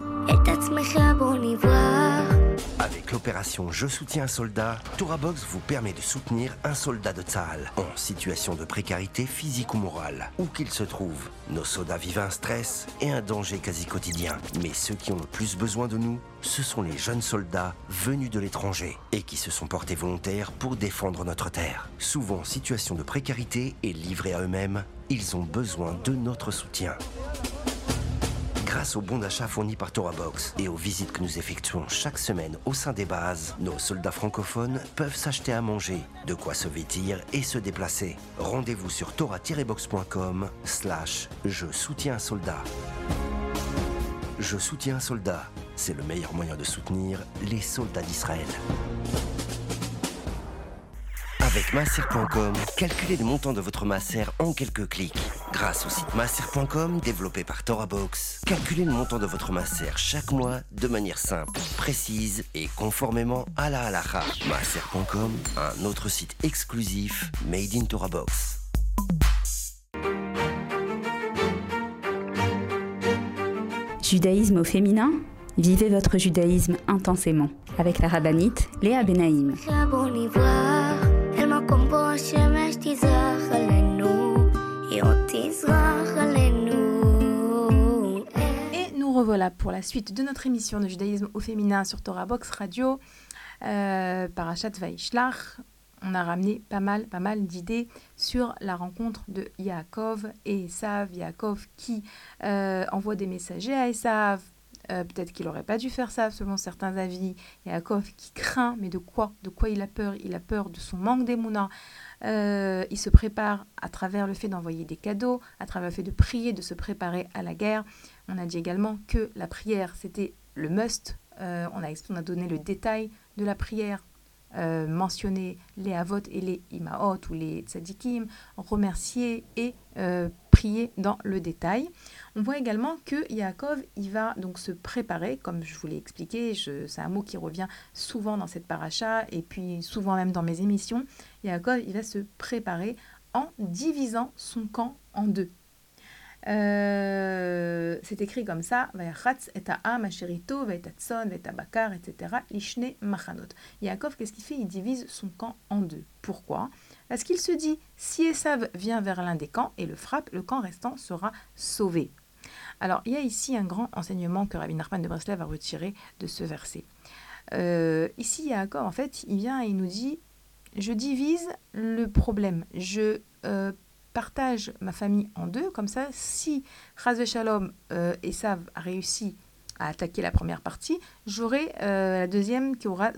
Avec l'opération Je soutiens un soldat, Torah Box vous permet de soutenir un soldat de Tsahal en situation de précarité physique ou morale, où qu'il se trouve. Nos soldats vivent un stress et un danger quasi quotidien. Mais ceux qui ont le plus besoin de nous, ce sont les jeunes soldats venus de l'étranger et qui se sont portés volontaires pour défendre notre terre. Souvent en situation de précarité et livrés à eux-mêmes, ils ont besoin de notre soutien. Grâce aux bons d'achat fournis par Torah Box et aux visites que nous effectuons chaque semaine au sein des bases, nos soldats francophones peuvent s'acheter à manger, de quoi se vêtir et se déplacer. Rendez-vous sur torah-box.com/Je soutiens un soldat. Je soutiens un soldat, c'est le meilleur moyen de soutenir les soldats d'Israël. Avec Maaser.com, calculez le montant de votre Maaser en quelques clics. Grâce au site Maaser.com, développé par Torah Box, calculez le montant de votre Maaser chaque mois de manière simple, précise et conformément à la halacha. Maaser.com, un autre site exclusif made in Torah Box. Judaïsme au féminin, vivez votre judaïsme intensément avec la rabbinite Léa Benaïm. Et nous revoilà pour la suite de notre émission de judaïsme au féminin sur Torah Box Radio. Parashat Vaishlach, on a ramené pas mal d'idées sur la rencontre de Yaakov et Esav. Yaakov qui envoie des messagers à Esav. Peut-être qu'il n'aurait pas dû faire ça selon certains avis. Yaakov qui craint, mais de quoi il a peur? Il a peur de son manque d'émouna. Il se prépare à travers le fait d'envoyer des cadeaux, à travers le fait de prier, de se préparer à la guerre. On a dit également que la prière, c'était le must. On a donné le détail de la prière, mentionner les avot et les imaot ou les tzadikim, remercier et prier dans le détail. On voit également que Yaakov, il va donc se préparer, comme je vous l'ai expliqué, c'est un mot qui revient souvent dans cette paracha et puis souvent même dans mes émissions. Yaakov, il va se préparer en divisant son camp en deux. C'est écrit comme ça, etc. Lishne machanot. Yaakov, qu'est-ce qu'il fait? Il divise son camp en deux. Pourquoi? Parce qu'il se dit, si Esav vient vers l'un des camps et le frappe, le camp restant sera sauvé. Alors, il y a ici un grand enseignement que Rabbi Nachman de Breslev a retiré de ce verset. Ici, Yaakov, en fait, il vient et il nous dit, je divise le problème, je partage ma famille en deux, comme ça, si Chas v'Shalom Esav a réussi à attaquer la première partie, j'aurai la deuxième qui aura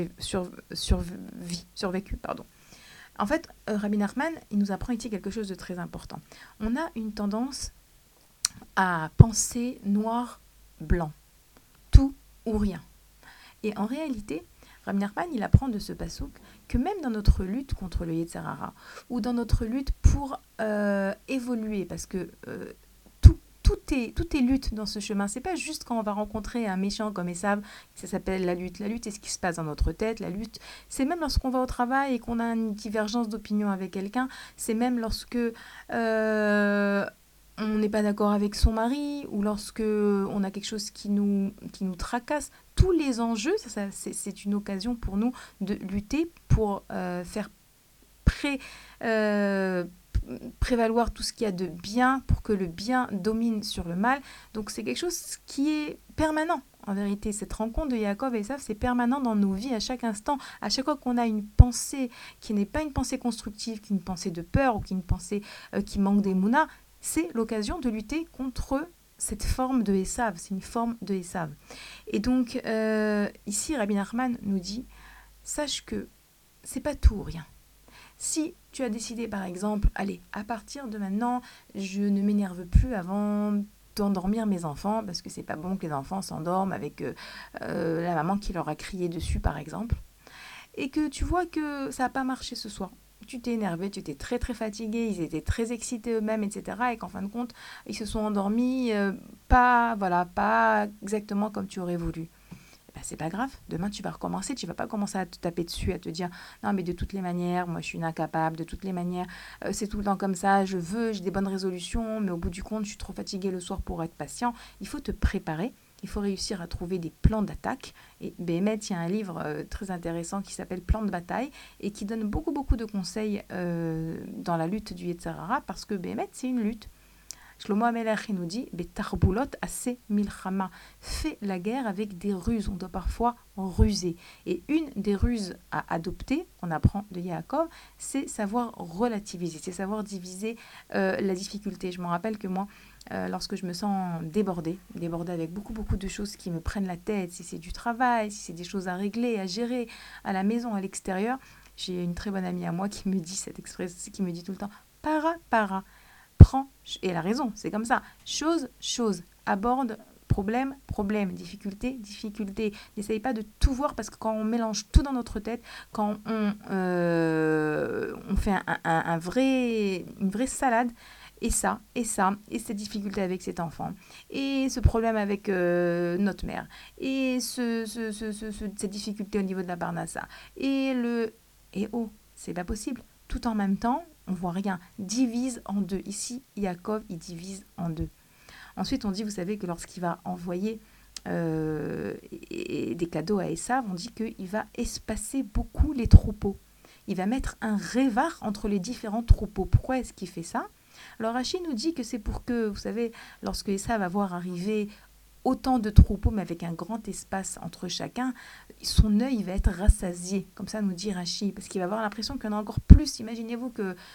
survécu. En fait, Rabbi Nachman, il nous apprend ici quelque chose de très important. On a une tendance à penser noir-blanc, tout ou rien. Et en réalité, Rabbi Nachman, il apprend de ce passouk que même dans notre lutte contre le Yetzer Hara, ou dans notre lutte pour évoluer, parce que tout est lutte dans ce chemin. C'est pas juste quand on va rencontrer un méchant comme Esav, ça s'appelle la lutte. La lutte est ce qui se passe dans notre tête. La lutte, c'est même lorsqu'on va au travail et qu'on a une divergence d'opinion avec quelqu'un. C'est même lorsque on n'est pas d'accord avec son mari ou lorsque on a quelque chose qui nous tracasse, tous les enjeux, c'est une occasion pour nous de lutter pour faire prévaloir tout ce qu'il y a de bien pour que le bien domine sur le mal. Donc c'est quelque chose qui est permanent. En vérité, cette rencontre de Yaakov et Esav, c'est permanent dans nos vies à chaque instant. À chaque fois qu'on a une pensée qui n'est pas une pensée constructive, qui est une pensée de peur ou qui est une pensée qui manque d'émouna, c'est l'occasion de lutter contre cette forme de Esav. C'est une forme de Esav. Et donc, ici, Rabbi Nachman nous dit, sache que c'est pas tout ou rien. Si tu as décidé, par exemple, allez, à partir de maintenant, je ne m'énerve plus avant d'endormir mes enfants, parce que c'est pas bon que les enfants s'endorment avec la maman qui leur a crié dessus, par exemple, et que tu vois que ça n'a pas marché ce soir. Tu t'es énervé, tu étais très très fatigué, ils étaient très excités eux-mêmes, etc. Et qu'en fin de compte, ils se sont endormis pas exactement comme tu aurais voulu. Ben, c'est pas grave, demain tu vas recommencer, tu vas pas commencer à te taper dessus, à te dire non mais de toutes les manières, moi je suis une incapable, de toutes les manières, c'est tout le temps comme ça, j'ai des bonnes résolutions, mais au bout du compte je suis trop fatiguée le soir pour être patient. Il faut te préparer, il faut réussir à trouver des plans d'attaque. Et Béhémet, il y a un livre très intéressant qui s'appelle Plan de bataille et qui donne beaucoup de conseils dans la lutte du Yetzer Hara, parce que Béhémet c'est une lutte. Shlomo Amelech nous dit Betarbulot ase milchama, fais la guerre avec des ruses. On doit parfois ruser. Et une des ruses à adopter, qu'on apprend de Yaakov, c'est savoir relativiser, c'est savoir diviser la difficulté. Je me rappelle que moi, lorsque je me sens débordée avec beaucoup de choses qui me prennent la tête, si c'est du travail, si c'est des choses à régler, à gérer, à la maison, à l'extérieur, j'ai une très bonne amie à moi qui me dit cette expression, qui me dit tout le temps para. Prends, et elle a raison, c'est comme ça, chose, aborde, problème, difficulté. N'essaye pas de tout voir, parce que quand on mélange tout dans notre tête, quand on fait une vraie salade, et cette difficulté avec cet enfant, et ce problème avec notre mère, et cette difficulté au niveau de la Parnassa, c'est pas possible, tout en même temps. On voit rien. Divise en deux. Ici, Yaakov, il divise en deux. Ensuite, on dit, vous savez, que lorsqu'il va envoyer des cadeaux à Esav, on dit qu'il va espacer beaucoup les troupeaux. Il va mettre un révar entre les différents troupeaux. Pourquoi est-ce qu'il fait ça? Alors, Rachid nous dit que c'est pour que, vous savez, lorsque Esav va voir arriver autant de troupeaux, mais avec un grand espace entre chacun, son œil va être rassasié, comme ça nous dit Rachid, parce qu'il va avoir l'impression qu'il y en a encore plus. Imaginez-vous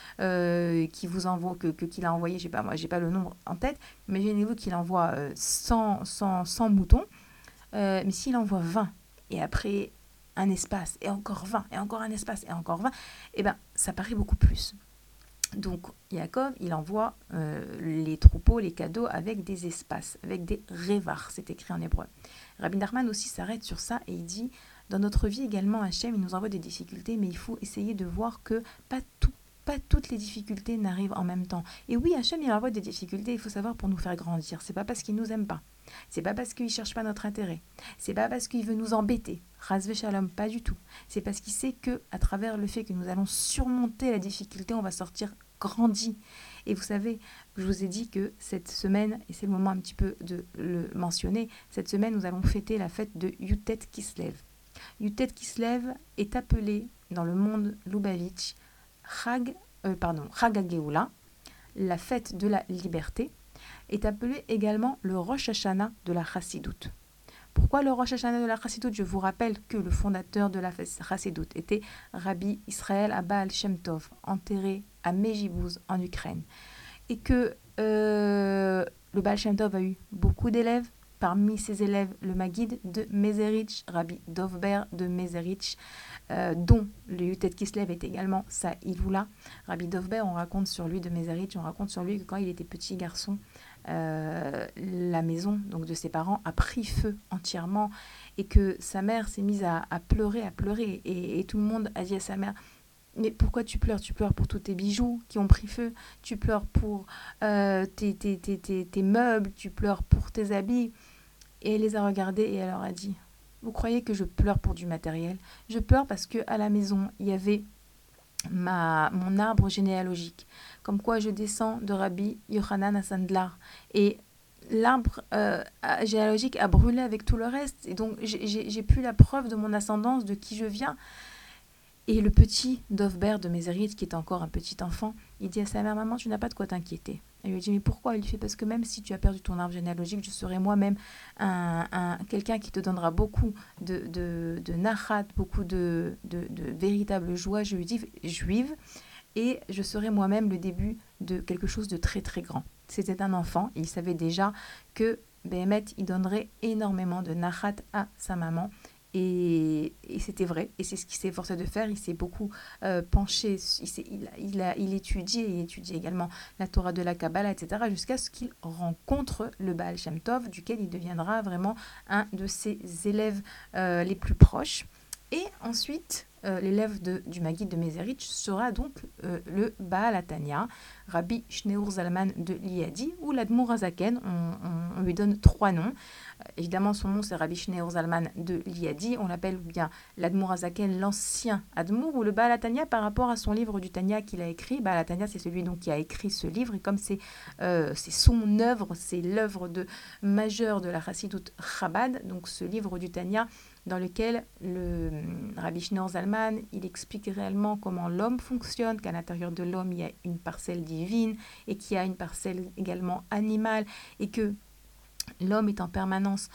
qu'il a envoyé, je sais pas, moi j'ai pas le nombre en tête, imaginez-vous qu'il envoie 100 moutons, mais s'il envoie 20, et après un espace, et encore 20, et encore un espace, et encore 20, eh ben ça paraît beaucoup plus. Donc, Yaakov, il envoie les troupeaux, les cadeaux avec des espaces, avec des révars, c'est écrit en hébreu. Rabbi Nachman aussi s'arrête sur ça et il dit, dans notre vie également, Hachem, il nous envoie des difficultés, mais il faut essayer de voir que pas toutes les difficultés n'arrivent en même temps. Et oui, Hachem, il envoie des difficultés, il faut savoir, pour nous faire grandir. C'est pas parce qu'il nous aime pas. C'est pas parce qu'il cherche pas notre intérêt. C'est pas parce qu'il veut nous embêter. Razve shalom, pas du tout. C'est parce qu'il sait que, à travers le fait que nous allons surmonter la difficulté, on va sortir grandi. Et vous savez, je vous ai dit que cette semaine, et c'est le moment un petit peu de le mentionner, cette semaine, nous allons fêter la fête de Yutet Kislev. Yutet Kislev est appelé dans le monde Lubavitch Chag HaGeoula, la fête de la liberté, est appelé également le Rosh Hashanah de la Chassidoute. Pourquoi le Rosh Hashanah de la Chassidoute? Je vous rappelle que le fondateur de la Chassidoute était Rabbi Israël Abba Shem Tov, enterré à Mejibouz en Ukraine. Et que le Baal Shem Tov a eu beaucoup d'élèves. Parmi ses élèves, le Maguide de Mezerich, Rabbi Dovber de Mezerich, dont le Yutet Kislev est également sa Iloula. Rabbi Dovber, on raconte sur lui de Mezerich, on raconte sur lui que quand il était petit garçon, la maison donc de ses parents a pris feu entièrement et que sa mère s'est mise à pleurer et tout le monde a dit à sa mère: mais pourquoi tu pleures? Tu pleures pour tous tes bijoux qui ont pris feu, tu pleures pour tes meubles, tu pleures pour tes habits. Et elle les a regardés et elle leur a dit: vous croyez que je pleure pour du matériel? Je pleure parce qu'à la maison, il y avait mon arbre généalogique, comme quoi je descends de Rabbi Yochanan Asandlar. Et l'arbre généalogique a brûlé avec tout le reste. Et donc, j'ai plus la preuve de mon ascendance, de qui je viens. Et le petit Dovber de Mézérite, qui est encore un petit enfant, il dit à sa mère, maman, tu n'as pas de quoi t'inquiéter. Elle lui dit, mais pourquoi? Il lui fait, parce que même si tu as perdu ton arbre généalogique, je serai moi-même quelqu'un qui te donnera beaucoup de nachat, beaucoup de véritable joie juive, et je serai moi-même le début de quelque chose de très très grand. C'était un enfant, il savait déjà que Béhémet, il donnerait énormément de nachat à sa maman. Et c'était vrai, et c'est ce qu'il s'est forcé de faire. Il s'est beaucoup penché, il étudie également la Torah de la Kabbalah, etc., jusqu'à ce qu'il rencontre le Baal Shem Tov, duquel il deviendra vraiment un de ses élèves les plus proches. Et ensuite, l'élève du Maguide de Mézérich sera donc le Baal Atania, Rabbi Shneur Zalman de Liadi, ou l'Admour Azaken. On lui donne 3 noms. Évidemment, son nom, c'est Rabbi Shneur Zalman de Liadi. On l'appelle bien l'Admour Azaken, l'ancien Admour, ou le Baal Atania par rapport à son livre du Tanya qu'il a écrit. Baal Atania, c'est celui donc, qui a écrit ce livre. Et comme c'est son œuvre, c'est l'œuvre majeure de la Chassidut Chabad, donc ce livre du Tanya, dans lequel le Rabbi Shneur Zalman, il explique réellement comment l'homme fonctionne, qu'à l'intérieur de l'homme, il y a une parcelle divine et qu'il y a une parcelle également animale, et que l'homme est en permanence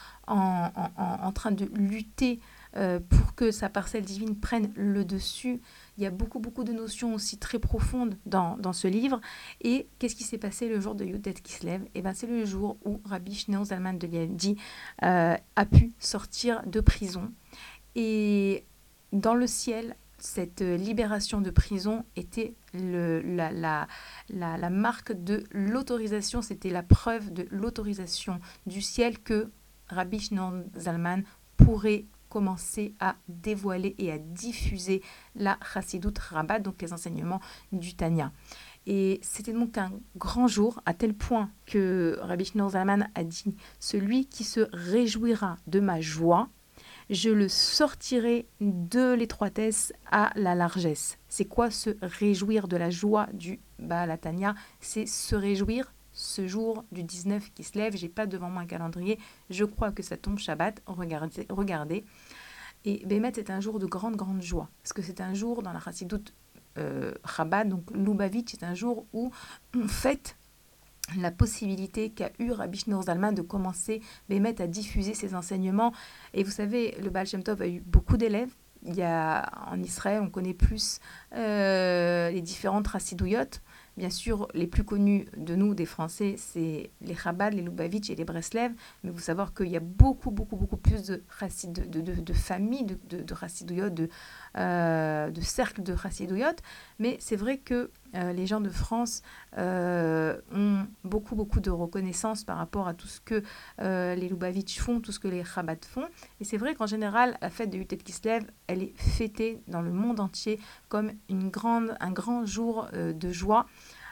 en train de lutter pour que sa parcelle divine prenne le dessus. Il y a beaucoup de notions aussi très profondes dans ce livre. Et qu'est-ce qui s'est passé le jour de Yudet Kislev? C'est le jour où Rabbi Shneur Zalman de Liadi a pu sortir de prison. Et dans le ciel, cette libération de prison était la marque de l'autorisation, c'était la preuve de l'autorisation du ciel que Rabbi Shneur Zalman pourrait commencer à dévoiler et à diffuser la Chassidut Rabbah, donc les enseignements du Tanya. Et c'était donc un grand jour, à tel point que Rabbi Shneur Zalman a dit « Celui qui se réjouira de ma joie, je le sortirai de l'étroitesse à la largesse. » C'est quoi se réjouir de la joie du Baal Atania? C'est se réjouir ce jour du 19 qui se lève. J'ai pas devant moi un calendrier, je crois que ça tombe Shabbat, regardez. Et Bémet est un jour de grande joie, parce que c'est un jour dans la Chassidut Chabad, donc Lubavitch, c'est un jour où on fête la possibilité qu'a eu Rabbi Shneur Zalman de commencer Bémet à diffuser ses enseignements. Et vous savez, le Baal Shem Tov a eu beaucoup d'élèves. Il y a, en Israël, on connaît plus les différentes Chassidouyot. Bien sûr, les plus connus de nous, des Français, c'est les Chabad, les Lubavitch et les Breslev. Mais vous savez qu'il y a beaucoup plus de familles de Chassidouyot, de cercles de Chassidouyot. Mais c'est vrai que les gens de France ont beaucoup de reconnaissance par rapport à tout ce que les Lubavitch font, tout ce que les Chabad font. Et c'est vrai qu'en général, la fête de Yutet Kislev, elle est fêtée dans le monde entier comme un grand jour de joie.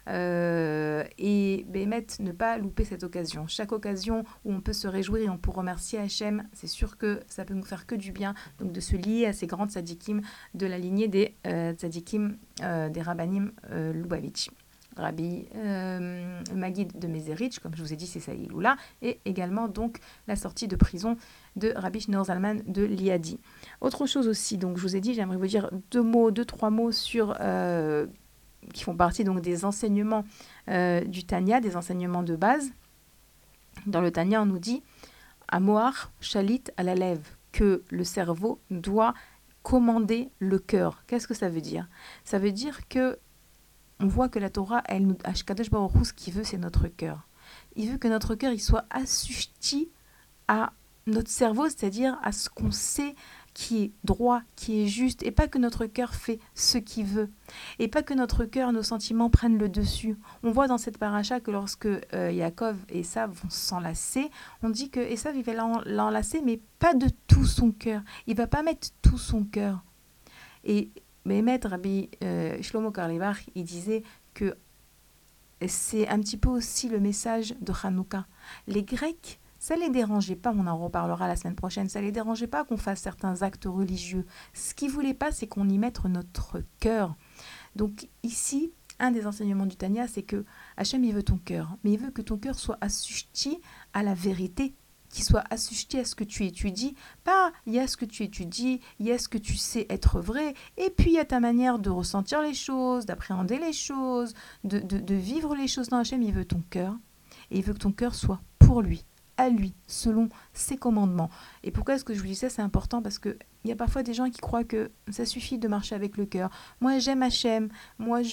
Et Bémet, ne pas louper cette occasion. Chaque occasion où on peut se réjouir et on peut remercier Hachem, c'est sûr que ça peut nous faire que du bien, donc de se lier à ces grandes tzadikim de la lignée des tzadikim des Rabbanim Lubavitch. Rabbi Maguide de Mézérich, comme je vous ai dit, c'est sa Iloula, et également donc la sortie de prison de Rabbi Shneur Zalman de Liadi. Autre chose aussi, donc je vous ai dit, j'aimerais vous dire 2-3 mots sur qui font partie donc des enseignements du Tanya, des enseignements de base. Dans le Tanya, on nous dit Amoar Shalit à la lèvre, que le cerveau doit commander le cœur. Qu'est-ce que ça veut dire? Ça veut dire que on voit que la Torah, elle nous, Kadosh Baruch Hu, ce qu'il veut, c'est notre cœur. Il veut que notre cœur, il soit assujetti à notre cerveau, c'est-à-dire à ce qu'on sait qui est droit, qui est juste, et pas que notre cœur fait ce qu'il veut, et pas que notre cœur, nos sentiments prennent le dessus. On voit dans cette paracha que lorsque Yaakov et Esav vont s'enlacer, on dit que Esav, il va l'enlacer, mais pas de tout son cœur. Il va pas mettre tout son cœur. Et Bémet, Rabbi Shlomo Karlebach, il disait que c'est un petit peu aussi le message de Hanouka. Les Grecs, ça ne les dérangeait pas, on en reparlera la semaine prochaine, ça ne les dérangeait pas qu'on fasse certains actes religieux. Ce qu'ils ne voulaient pas, c'est qu'on y mette notre cœur. Donc ici, un des enseignements du Tanya, c'est que Hachem, il veut ton cœur, mais il veut que ton cœur soit assujetti à la vérité, qu'il soit assujetti à ce que tu étudies. Pas, il y a ce que tu étudies, il y a ce que tu sais être vrai, et puis il y a ta manière de ressentir les choses, d'appréhender les choses, de vivre les choses. Dans Hachem, il veut ton cœur, et il veut que ton cœur soit pour lui, à lui, selon ses commandements. Et pourquoi est-ce que je vous dis ça? C'est important parce qu'il y a parfois des gens qui croient que ça suffit de marcher avec le cœur. Moi, j'aime Hachem, moi,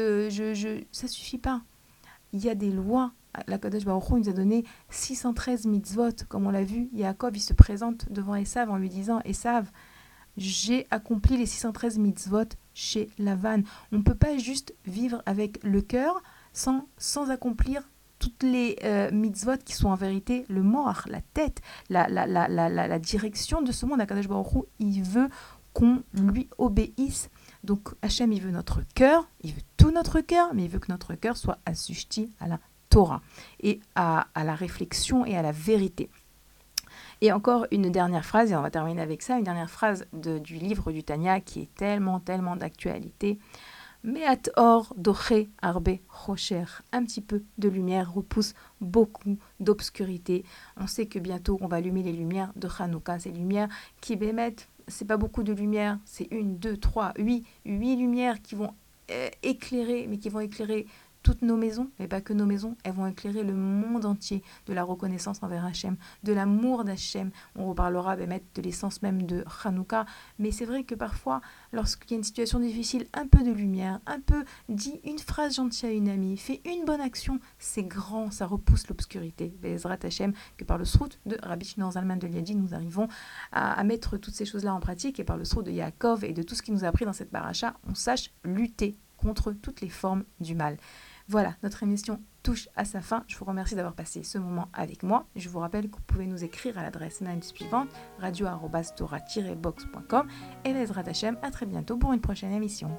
ça suffit pas. Il y a des lois. La Kadosh Baruch Hu nous a donné 613 mitzvot. Comme on l'a vu, Yaakov, il se présente devant Esav en lui disant « Esav, j'ai accompli les 613 mitzvot chez Lavan. » On ne peut pas juste vivre avec le cœur sans accomplir toutes les mitzvot qui sont en vérité le mor, la tête, la direction de ce monde. Akadosh Baruch Hu, il veut qu'on lui obéisse. Donc Hachem, il veut notre cœur, il veut tout notre cœur, mais il veut que notre cœur soit assujetti à la Torah et à la réflexion et à la vérité. Et encore une dernière phrase, et on va terminer avec ça, une dernière phrase du livre du Tanya qui est tellement d'actualité. Me'at or doche arbe chocher. Un petit peu de lumière repousse beaucoup d'obscurité. On sait que bientôt on va allumer les lumières de Hanouka, ces lumières qui bémettent, c'est pas beaucoup de lumière, c'est 1, 2, 3, 8 lumières qui vont éclairer, mais qui vont éclairer toutes nos maisons, mais pas que nos maisons, elles vont éclairer le monde entier de la reconnaissance envers Hachem, de l'amour d'Hachem. On reparlera de l'essence même de Hanouka, mais c'est vrai que parfois, lorsqu'il y a une situation difficile, un peu de lumière, un peu, dis une phrase gentille à une amie, fais une bonne action, c'est grand, ça repousse l'obscurité. Bezrat Hachem, que par le srout de Rabbi Shimon Zalman de Liadi, nous arrivons à mettre toutes ces choses-là en pratique, et par le srout de Yaakov et de tout ce qui nous a appris dans cette paracha, on sache lutter contre toutes les formes du mal. Voilà, notre émission touche à sa fin. Je vous remercie d'avoir passé ce moment avec moi. Je vous rappelle que vous pouvez nous écrire à l'adresse mail suivante, radio@torah-box.com. Et Bezrat Hachem, à très bientôt pour une prochaine émission.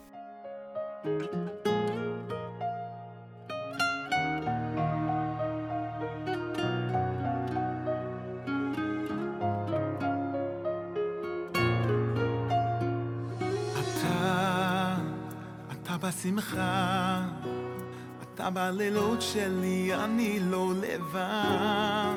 אתה בשמחה, אתה בלילות שלי, אני לא לבד.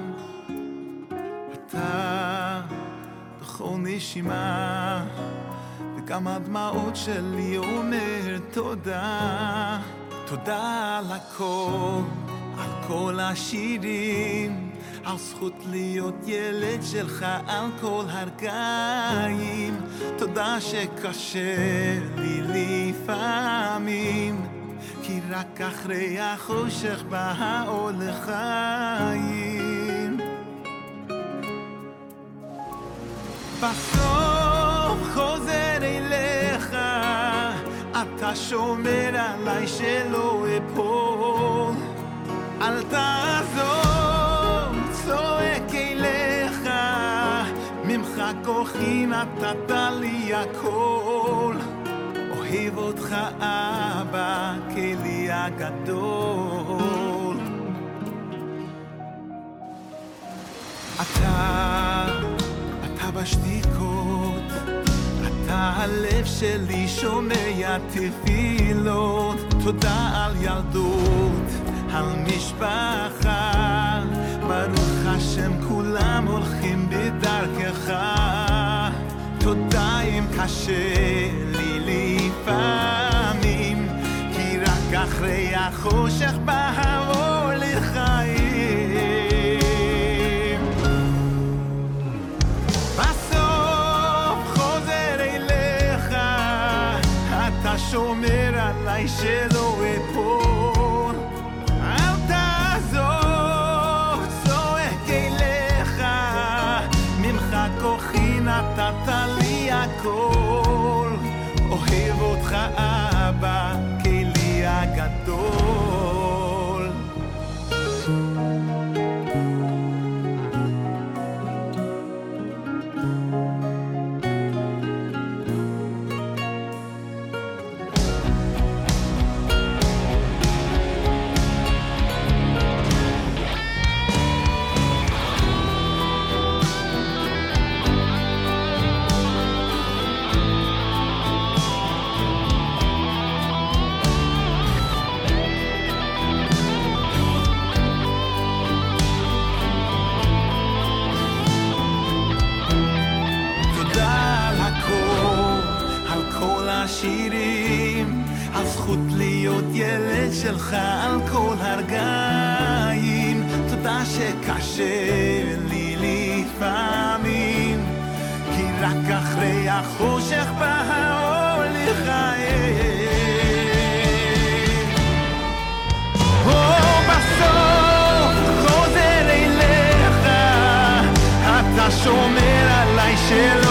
אתה בכל נשימה, וגם הדמעות שלי אומר תודה. תודה על הכל, על כל השירים, על זכות להיות ילד שלך, על כל הרגעים. תודה שקשה לי לפעמים, כי רק אחרי החושך בא האור לחיים. בסוף חוזר אליך, אתה שומר עליי שלא אפול. אל תעזוב, צועק אליך, ממך כוחי נתת לי הכל. אוהב אותך אבא, כלי הגדול. אתה בשתיקות, אתה הלב שלי שומע תפילות. תודה על ילדות, על משפחה, ברוך השם כולם הולכים בדרכך. תודה אם קשה לי לפעמים, כי רק אחרי החושך בא האור לחיים. בסוף חוזר אליך, אתה שומר עליי שלא אפול. אל תעזוב, צועק אליך, ממך כוחי נתת לי הכל. אוהב אותך אבא, כלי הגדול. זכות להיות ילד שלך על כל הרגעים. תודה שקשה לי לפעמים, כי רק אחרי החושך בא האור לחיים. בסוף חוזר אליך, אתה שומר עליי של